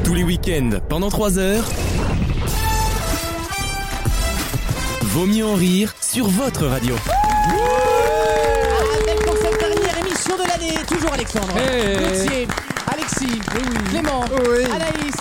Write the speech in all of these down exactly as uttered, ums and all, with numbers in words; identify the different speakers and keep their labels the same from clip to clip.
Speaker 1: Tous les week-ends, pendant trois heures, Vaut mieux en rire sur votre radio.
Speaker 2: Avec pour cette dernière émission de l'année, toujours Alexandre,
Speaker 3: Hey.
Speaker 2: Gauthier, Alexis, Clément,
Speaker 3: Oui.
Speaker 2: Anaïs,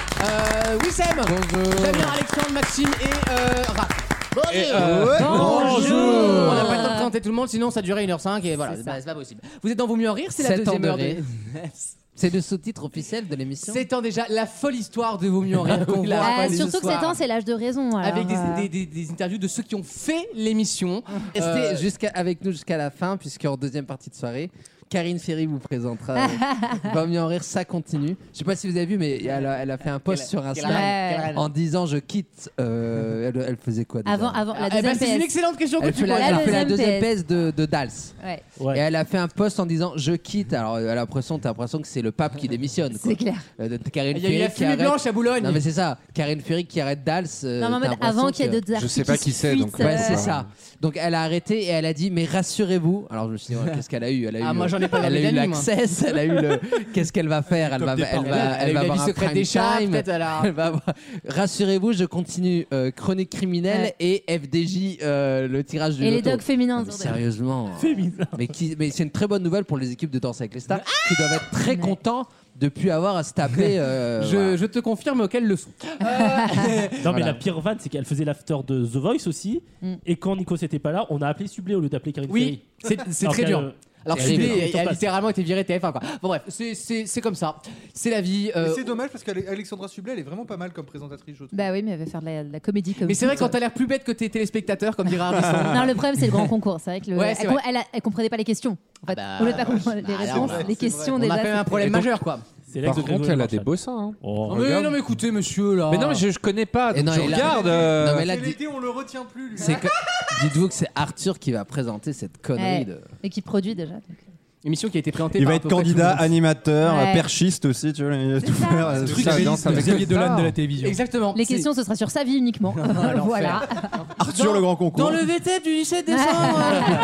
Speaker 2: euh, Wissem, Damien, Alexandre, Maxime et euh, Raph. Bonjour.
Speaker 3: Et, euh,
Speaker 2: Bonjour. On n'a pas le temps de présenter tout le monde, sinon ça durait une heure cinq et voilà, c'est pas, c'est pas possible. Vous êtes dans Vaut mieux en rire, c'est la
Speaker 4: Sept ans
Speaker 2: deuxième
Speaker 4: de
Speaker 2: heure de...
Speaker 4: rire. C'est le sous-titre officiel de l'émission.
Speaker 2: C'est temps déjà, la folle histoire de Vaut mieux en rire qu'on voit
Speaker 5: Euh,
Speaker 2: ce
Speaker 5: surtout que
Speaker 2: soir.
Speaker 5: sept ans, c'est l'âge de raison. alors,
Speaker 2: Avec des,
Speaker 5: euh,
Speaker 2: des, des, des interviews de ceux qui ont fait l'émission.
Speaker 4: Restez
Speaker 2: Euh,
Speaker 4: jusqu'à, avec nous jusqu'à la fin, puisqu'en deuxième partie de soirée, Karine Ferry vous présentera euh, Vaut mieux en rire, ça continue. Je sais pas si vous avez vu, mais elle a, elle a fait un post
Speaker 2: Quelle-
Speaker 4: sur
Speaker 2: quelle
Speaker 4: Insta
Speaker 2: reine, quelle reine.
Speaker 4: en disant je quitte. euh, elle, elle faisait quoi déjà
Speaker 5: Avant, avant la
Speaker 2: eh ben,
Speaker 5: deuxième
Speaker 2: c'est une
Speaker 5: P S.
Speaker 2: excellente question que
Speaker 4: Elle
Speaker 2: tu
Speaker 4: fait la,
Speaker 2: poses.
Speaker 4: elle
Speaker 5: La
Speaker 4: fait la
Speaker 5: deuxième
Speaker 4: deuxième
Speaker 5: P S.
Speaker 4: P S de, de Dals.
Speaker 5: Ouais,
Speaker 3: Ouais.
Speaker 4: Et elle a fait un post en disant je quitte. Alors elle a l'impression, t'as l'impression que c'est le pape qui démissionne. quoi.
Speaker 5: c'est clair.
Speaker 4: Euh, de- de Karine
Speaker 2: Il y a eu
Speaker 4: Ferry
Speaker 2: la
Speaker 4: qui
Speaker 2: fumée
Speaker 4: arrête-
Speaker 2: blanche à Boulogne.
Speaker 4: Non mais c'est ça. Karine Ferry qui arrête Dals. euh,
Speaker 5: Non, mais en
Speaker 4: t'as
Speaker 5: mode
Speaker 4: l'impression
Speaker 5: avant qu'il y ait
Speaker 4: que-
Speaker 5: d'autres artistes.
Speaker 6: sais pas
Speaker 5: qui
Speaker 6: qui
Speaker 5: se
Speaker 6: c'est, donc,
Speaker 5: fuitent,
Speaker 4: Ouais,
Speaker 5: euh,
Speaker 4: c'est ça. Donc elle a arrêté et elle a dit mais rassurez-vous. Alors je me suis dit ouais, qu'est-ce qu'elle a eu Elle a
Speaker 2: Ah,
Speaker 4: eu
Speaker 2: moi,
Speaker 4: le-
Speaker 2: j'en ai pas
Speaker 4: Elle a
Speaker 2: la
Speaker 4: eu
Speaker 2: médaille, moi.
Speaker 4: l'access, elle a eu le qu'est-ce qu'elle va faire Elle va elle va
Speaker 2: Elle
Speaker 4: elle
Speaker 2: a
Speaker 4: va
Speaker 2: eu la
Speaker 4: avoir
Speaker 2: vie
Speaker 4: un
Speaker 2: secrète
Speaker 4: prime
Speaker 2: des chats,
Speaker 4: time.
Speaker 2: peut-être elle a-
Speaker 4: Elle va avoir- Rassurez-vous, je continue euh, Chronique criminelle
Speaker 5: Ouais.
Speaker 4: et F D J euh, le tirage du
Speaker 5: Et les
Speaker 4: loto.
Speaker 5: dogs féminins.
Speaker 4: Non, mais sérieusement. Mais, qui, mais c'est une très bonne nouvelle pour les équipes de Danse avec les stars qui doivent être très
Speaker 5: Ouais.
Speaker 4: contents de plus avoir à se taper. euh,
Speaker 2: Je,
Speaker 4: voilà.
Speaker 2: je te confirme qu'elles le sont.
Speaker 3: Non, mais
Speaker 4: Voilà.
Speaker 3: la pire vanne, c'est qu'elle faisait l'after de The Voice aussi.
Speaker 5: Mm.
Speaker 3: Et quand Nico n'était pas là, on a appelé Sublé au lieu d'appeler Karine
Speaker 2: Oui, c'est c'est
Speaker 3: Alors
Speaker 2: très
Speaker 3: qu'elle,
Speaker 2: dur.
Speaker 3: euh,
Speaker 2: Alors
Speaker 4: c'est
Speaker 2: Sublé,
Speaker 4: terrible.
Speaker 2: elle a littéralement été virée T F un quoi. Bon bref, c'est- c'est c'est comme ça. C'est la vie. euh,
Speaker 7: Et c'est dommage parce qu'Alexandra Sublet, elle est vraiment pas mal comme présentatrice, je trouve.
Speaker 5: Bah oui, mais elle va faire de la, de la comédie comme
Speaker 2: Mais c'est vrai
Speaker 5: toute.
Speaker 2: quand t'as l'air plus bête que tes téléspectateurs, comme dirait Ardisson.
Speaker 5: Non, le problème, c'est le grand concours. C'est vrai que le-
Speaker 2: Ouais, c'est
Speaker 5: elle,
Speaker 2: vrai.
Speaker 5: elle, a- elle comprenait pas les questions. En fait,
Speaker 2: bah,
Speaker 5: au lieu de pas comprendre les
Speaker 2: bah,
Speaker 5: réponses,
Speaker 2: alors,
Speaker 5: les
Speaker 7: c'est
Speaker 5: questions
Speaker 7: vrai.
Speaker 2: On
Speaker 5: déjà.
Speaker 2: a quand même un
Speaker 5: c'est-
Speaker 2: problème majeur quoi.
Speaker 3: C'est l'ex
Speaker 6: Par
Speaker 3: de
Speaker 6: contre,
Speaker 3: Grégory
Speaker 6: elle a des
Speaker 3: Marchal.
Speaker 6: beaux seins. hein.
Speaker 3: Oh,
Speaker 2: Non mais,
Speaker 6: regarde.
Speaker 2: non mais écoutez monsieur là.
Speaker 6: Mais non, mais je, je connais pas.
Speaker 4: Et
Speaker 6: Donc
Speaker 4: non,
Speaker 6: je
Speaker 4: et là-
Speaker 6: regarde. euh,
Speaker 4: Non, mais là,
Speaker 7: C'est
Speaker 4: di-
Speaker 7: l'été, on le retient plus, lui.
Speaker 4: c'est que- dites-vous que c'est Arthur qui va présenter cette connerie
Speaker 5: Ouais.
Speaker 4: de.
Speaker 5: Et qui produit déjà. donc.
Speaker 2: Émission qui a été présentée
Speaker 8: Il
Speaker 2: par
Speaker 8: va
Speaker 2: à
Speaker 8: être
Speaker 2: peu près
Speaker 8: candidat,
Speaker 2: tout le monde.
Speaker 8: animateur,
Speaker 5: Ouais.
Speaker 8: perchiste aussi, tu vois, il va
Speaker 5: C'est
Speaker 8: tout
Speaker 5: ça.
Speaker 8: faire. euh,
Speaker 6: C'est
Speaker 8: tout
Speaker 6: ça,
Speaker 8: ça.
Speaker 6: danse avec
Speaker 9: Xavier
Speaker 6: les
Speaker 9: Dolan
Speaker 6: stars.
Speaker 9: de la télévision.
Speaker 2: Exactement.
Speaker 5: Les
Speaker 2: C'est-
Speaker 5: questions, ce sera sur sa vie uniquement.
Speaker 2: l'enfer.
Speaker 5: Voilà.
Speaker 8: Arthur, le grand concours.
Speaker 2: Dans le V T du dix-sept décembre.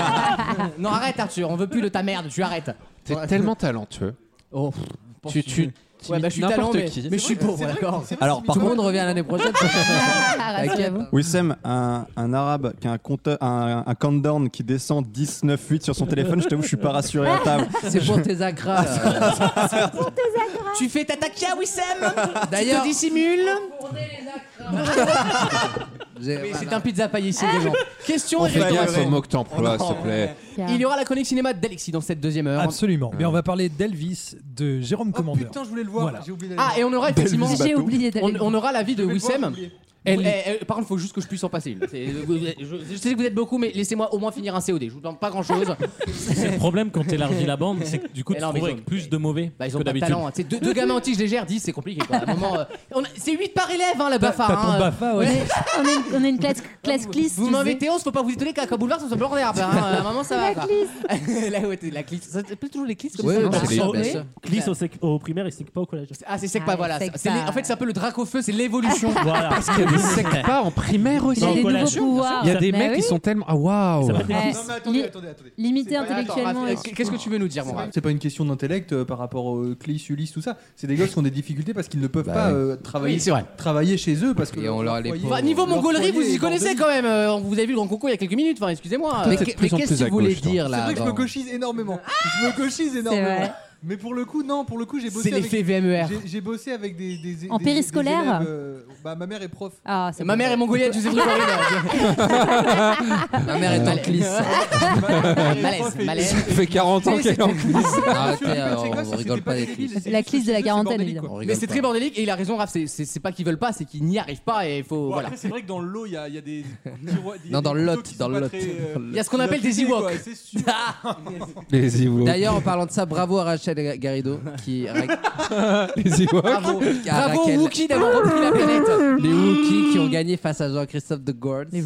Speaker 2: Non arrête Arthur, on veut plus de ta merde, tu arrêtes.
Speaker 6: T'es tellement talentueux.
Speaker 2: Oh.
Speaker 6: Tu, tu,
Speaker 2: Ouais bah je suis
Speaker 6: n'importe
Speaker 2: talent mais,
Speaker 6: qui.
Speaker 2: mais je suis pauvre d'accord.
Speaker 8: Alors, par
Speaker 4: Tout le
Speaker 8: contre,
Speaker 4: monde revient l'année prochaine.
Speaker 5: Ah, rassurez-vous.
Speaker 8: Wissem, un, un arabe qui a un, compteur, un, un countdown qui descend dix, neuf, huit sur son téléphone, je t'avoue, je suis pas rassuré à table.
Speaker 4: C'est pour tes acras. là.
Speaker 2: Tu fais ta takia Wissem.
Speaker 4: D'ailleurs-
Speaker 2: tu te dissimules.
Speaker 4: J'ai-
Speaker 2: Mais
Speaker 4: voilà.
Speaker 2: c'est un pizza paille ici les gens. Question
Speaker 6: On fait
Speaker 2: et
Speaker 6: gaffe
Speaker 2: réponse.
Speaker 6: au mot que t'emploies, s'il te plaît.
Speaker 2: Il y aura la chronique cinéma d'Alexis dans cette deuxième heure.
Speaker 9: Absolument. Mais on va parler d'Elvis de Jérôme
Speaker 7: Oh
Speaker 9: Commandeur.
Speaker 7: putain, je voulais le voir,
Speaker 9: Voilà.
Speaker 7: j'ai oublié
Speaker 2: Ah, et on aura effectivement.
Speaker 5: J'ai oublié
Speaker 2: On,
Speaker 5: d'aller.
Speaker 2: on aura l'avis de
Speaker 7: Je vais le voir,
Speaker 2: Wissem.
Speaker 7: j'ai oublié.
Speaker 2: Eh, eh, par contre, il faut juste que je puisse en passer une. C'est- vous- Je, je sais que vous êtes beaucoup, mais laissez-moi au moins finir un C O D. Je vous demande pas grand-chose.
Speaker 3: C'est le problème quand t'élargis la bande, c'est que du coup,
Speaker 2: Mais
Speaker 3: tu
Speaker 2: non,
Speaker 3: te
Speaker 2: mais
Speaker 3: retrouves
Speaker 2: ils
Speaker 3: avec
Speaker 2: ont-
Speaker 3: plus de mauvais
Speaker 2: Bah, ils ont
Speaker 3: que
Speaker 2: pas de
Speaker 3: d'habitude.
Speaker 2: talent. hein. Tu sais, deux, deux gamins antiques légères, dix, c'est compliqué. Quoi. À un moment, euh, on a- c'est huit par élève, hein, la Bafa.
Speaker 9: Pas pour
Speaker 2: hein.
Speaker 9: Bafa, ouais.
Speaker 5: On est une, on est une classe, classe clisse.
Speaker 2: Vous
Speaker 5: tu
Speaker 2: m'invitez onze, faut pas vous étonner qu'à qu'à Boulevard, ça soit blanc d'herbe. Hein. À un moment, ça va.
Speaker 5: La
Speaker 2: quoi.
Speaker 5: clisse.
Speaker 2: Là, ouais, t'es- la clisse. Ça s'appelle toujours les clisses comme
Speaker 4: Ouais,
Speaker 2: ça.
Speaker 4: bah,
Speaker 2: Ah,
Speaker 4: c'est les-
Speaker 2: oui.
Speaker 4: bien sûr.
Speaker 3: Glisse au, sec- au primaire et c'est pas au collège.
Speaker 2: Ah, c'est sec
Speaker 5: Ah,
Speaker 2: pas, voilà.
Speaker 5: sec
Speaker 2: C'est les-
Speaker 5: pas.
Speaker 2: En fait, c'est un peu le drac au feu, c'est l'évolution.
Speaker 3: Voilà.
Speaker 6: Il y a des sectes pas en primaire aussi.
Speaker 5: Il a
Speaker 3: au
Speaker 5: des
Speaker 3: collège.
Speaker 5: nouveaux pouvoirs.
Speaker 6: Il y a des
Speaker 5: Mais
Speaker 6: mecs
Speaker 5: oui.
Speaker 6: qui sont tellement. Ah waouh!
Speaker 3: Ça s'appelle des
Speaker 5: Ouais.
Speaker 3: glisse.
Speaker 7: Non mais attendez,
Speaker 5: Li-
Speaker 7: attendez, attendez.
Speaker 5: Limité
Speaker 7: C'est-
Speaker 5: intellectuellement.
Speaker 2: Attends, Raph, Qu'est-ce que tu veux nous dire, mon Raph?
Speaker 7: C'est pas une question d'intellect euh, par rapport au Clis, Ulysse, tout ça. C'est des gosses qui ont des difficultés parce qu'ils ne peuvent
Speaker 4: Bah
Speaker 7: pas
Speaker 4: oui.
Speaker 7: euh, travailler,
Speaker 2: Oui, c'est vrai.
Speaker 7: travailler chez eux parce que
Speaker 4: Et on leur les
Speaker 7: foyer-
Speaker 4: pauvres.
Speaker 2: Enfin, niveau
Speaker 7: leur
Speaker 2: mongolerie, vous
Speaker 7: foyer
Speaker 2: y
Speaker 7: est
Speaker 2: connaissez
Speaker 7: bordélique.
Speaker 2: quand même. Euh, Vous avez vu le grand concours il y a quelques minutes. Enfin, excusez-moi.
Speaker 4: Mais,
Speaker 6: Toi, t'es de plus
Speaker 4: mais
Speaker 6: en
Speaker 4: qu'est-ce
Speaker 6: plus
Speaker 4: que
Speaker 6: à
Speaker 4: vous voulez
Speaker 6: gauche, toi.
Speaker 4: dire
Speaker 7: C'est
Speaker 4: là
Speaker 7: vrai que je me
Speaker 4: avant
Speaker 7: cochise énormément. Je me cochise énormément.
Speaker 5: vrai.
Speaker 7: Mais pour le coup, non, pour le coup, j'ai bossé
Speaker 2: C'est
Speaker 7: avec...
Speaker 2: l'effet V M E R.
Speaker 7: J'ai- J'ai bossé avec des, des,
Speaker 5: En
Speaker 7: des-
Speaker 5: périscolaire
Speaker 7: des élèves, euh, bah, ma mère est prof.
Speaker 5: Ah, c'est
Speaker 2: Ma
Speaker 5: bon.
Speaker 2: mère est mongolienne, tu sais trucs horribles.
Speaker 4: Ma mère est en clisse.
Speaker 2: Malaise, malaise.
Speaker 6: Ça fait quarante ans qu'elle est en
Speaker 4: Arrêtez,
Speaker 7: Je suis
Speaker 4: euh,
Speaker 7: fait
Speaker 4: on
Speaker 7: gosse, c'était
Speaker 4: rigole
Speaker 7: pas
Speaker 4: pas des
Speaker 7: débile,
Speaker 4: clips.
Speaker 7: c'est
Speaker 5: La
Speaker 7: juste
Speaker 5: clisse de la
Speaker 7: que c'est
Speaker 5: quarantaine,
Speaker 7: bordélique,
Speaker 5: évidemment.
Speaker 7: quoi.
Speaker 4: On
Speaker 2: Mais
Speaker 4: rigole
Speaker 2: c'est
Speaker 4: pas.
Speaker 2: très bordélique et il a raison, Raph. C'est- C'est c'est pas qu'ils veulent pas, c'est qu'ils n'y arrivent pas et il faut.
Speaker 7: Bon,
Speaker 2: Voilà.
Speaker 7: Après, c'est vrai que dans le lot, il y, a- il y a des. il y a
Speaker 4: Non,
Speaker 7: des
Speaker 4: dans le
Speaker 7: couteaux
Speaker 4: lot,
Speaker 7: qui sont
Speaker 4: dans le
Speaker 7: pas
Speaker 4: lot.
Speaker 7: très, euh,
Speaker 2: Il y a ce qu'on appelle des
Speaker 7: affûtés,
Speaker 2: Ewoks.
Speaker 7: quoi, c'est sûr.
Speaker 6: Les Ewoks.
Speaker 4: D'ailleurs, en parlant de ça, bravo à Rachel Garrido qui.
Speaker 6: Les Ewoks.
Speaker 2: Bravo.
Speaker 4: à
Speaker 2: Bravo
Speaker 4: Raquel.
Speaker 2: Wookie d'avoir repris la planète.
Speaker 4: Les Wookiees qui ont gagné face à Jean-Christophe de Gord.
Speaker 5: Les rookies.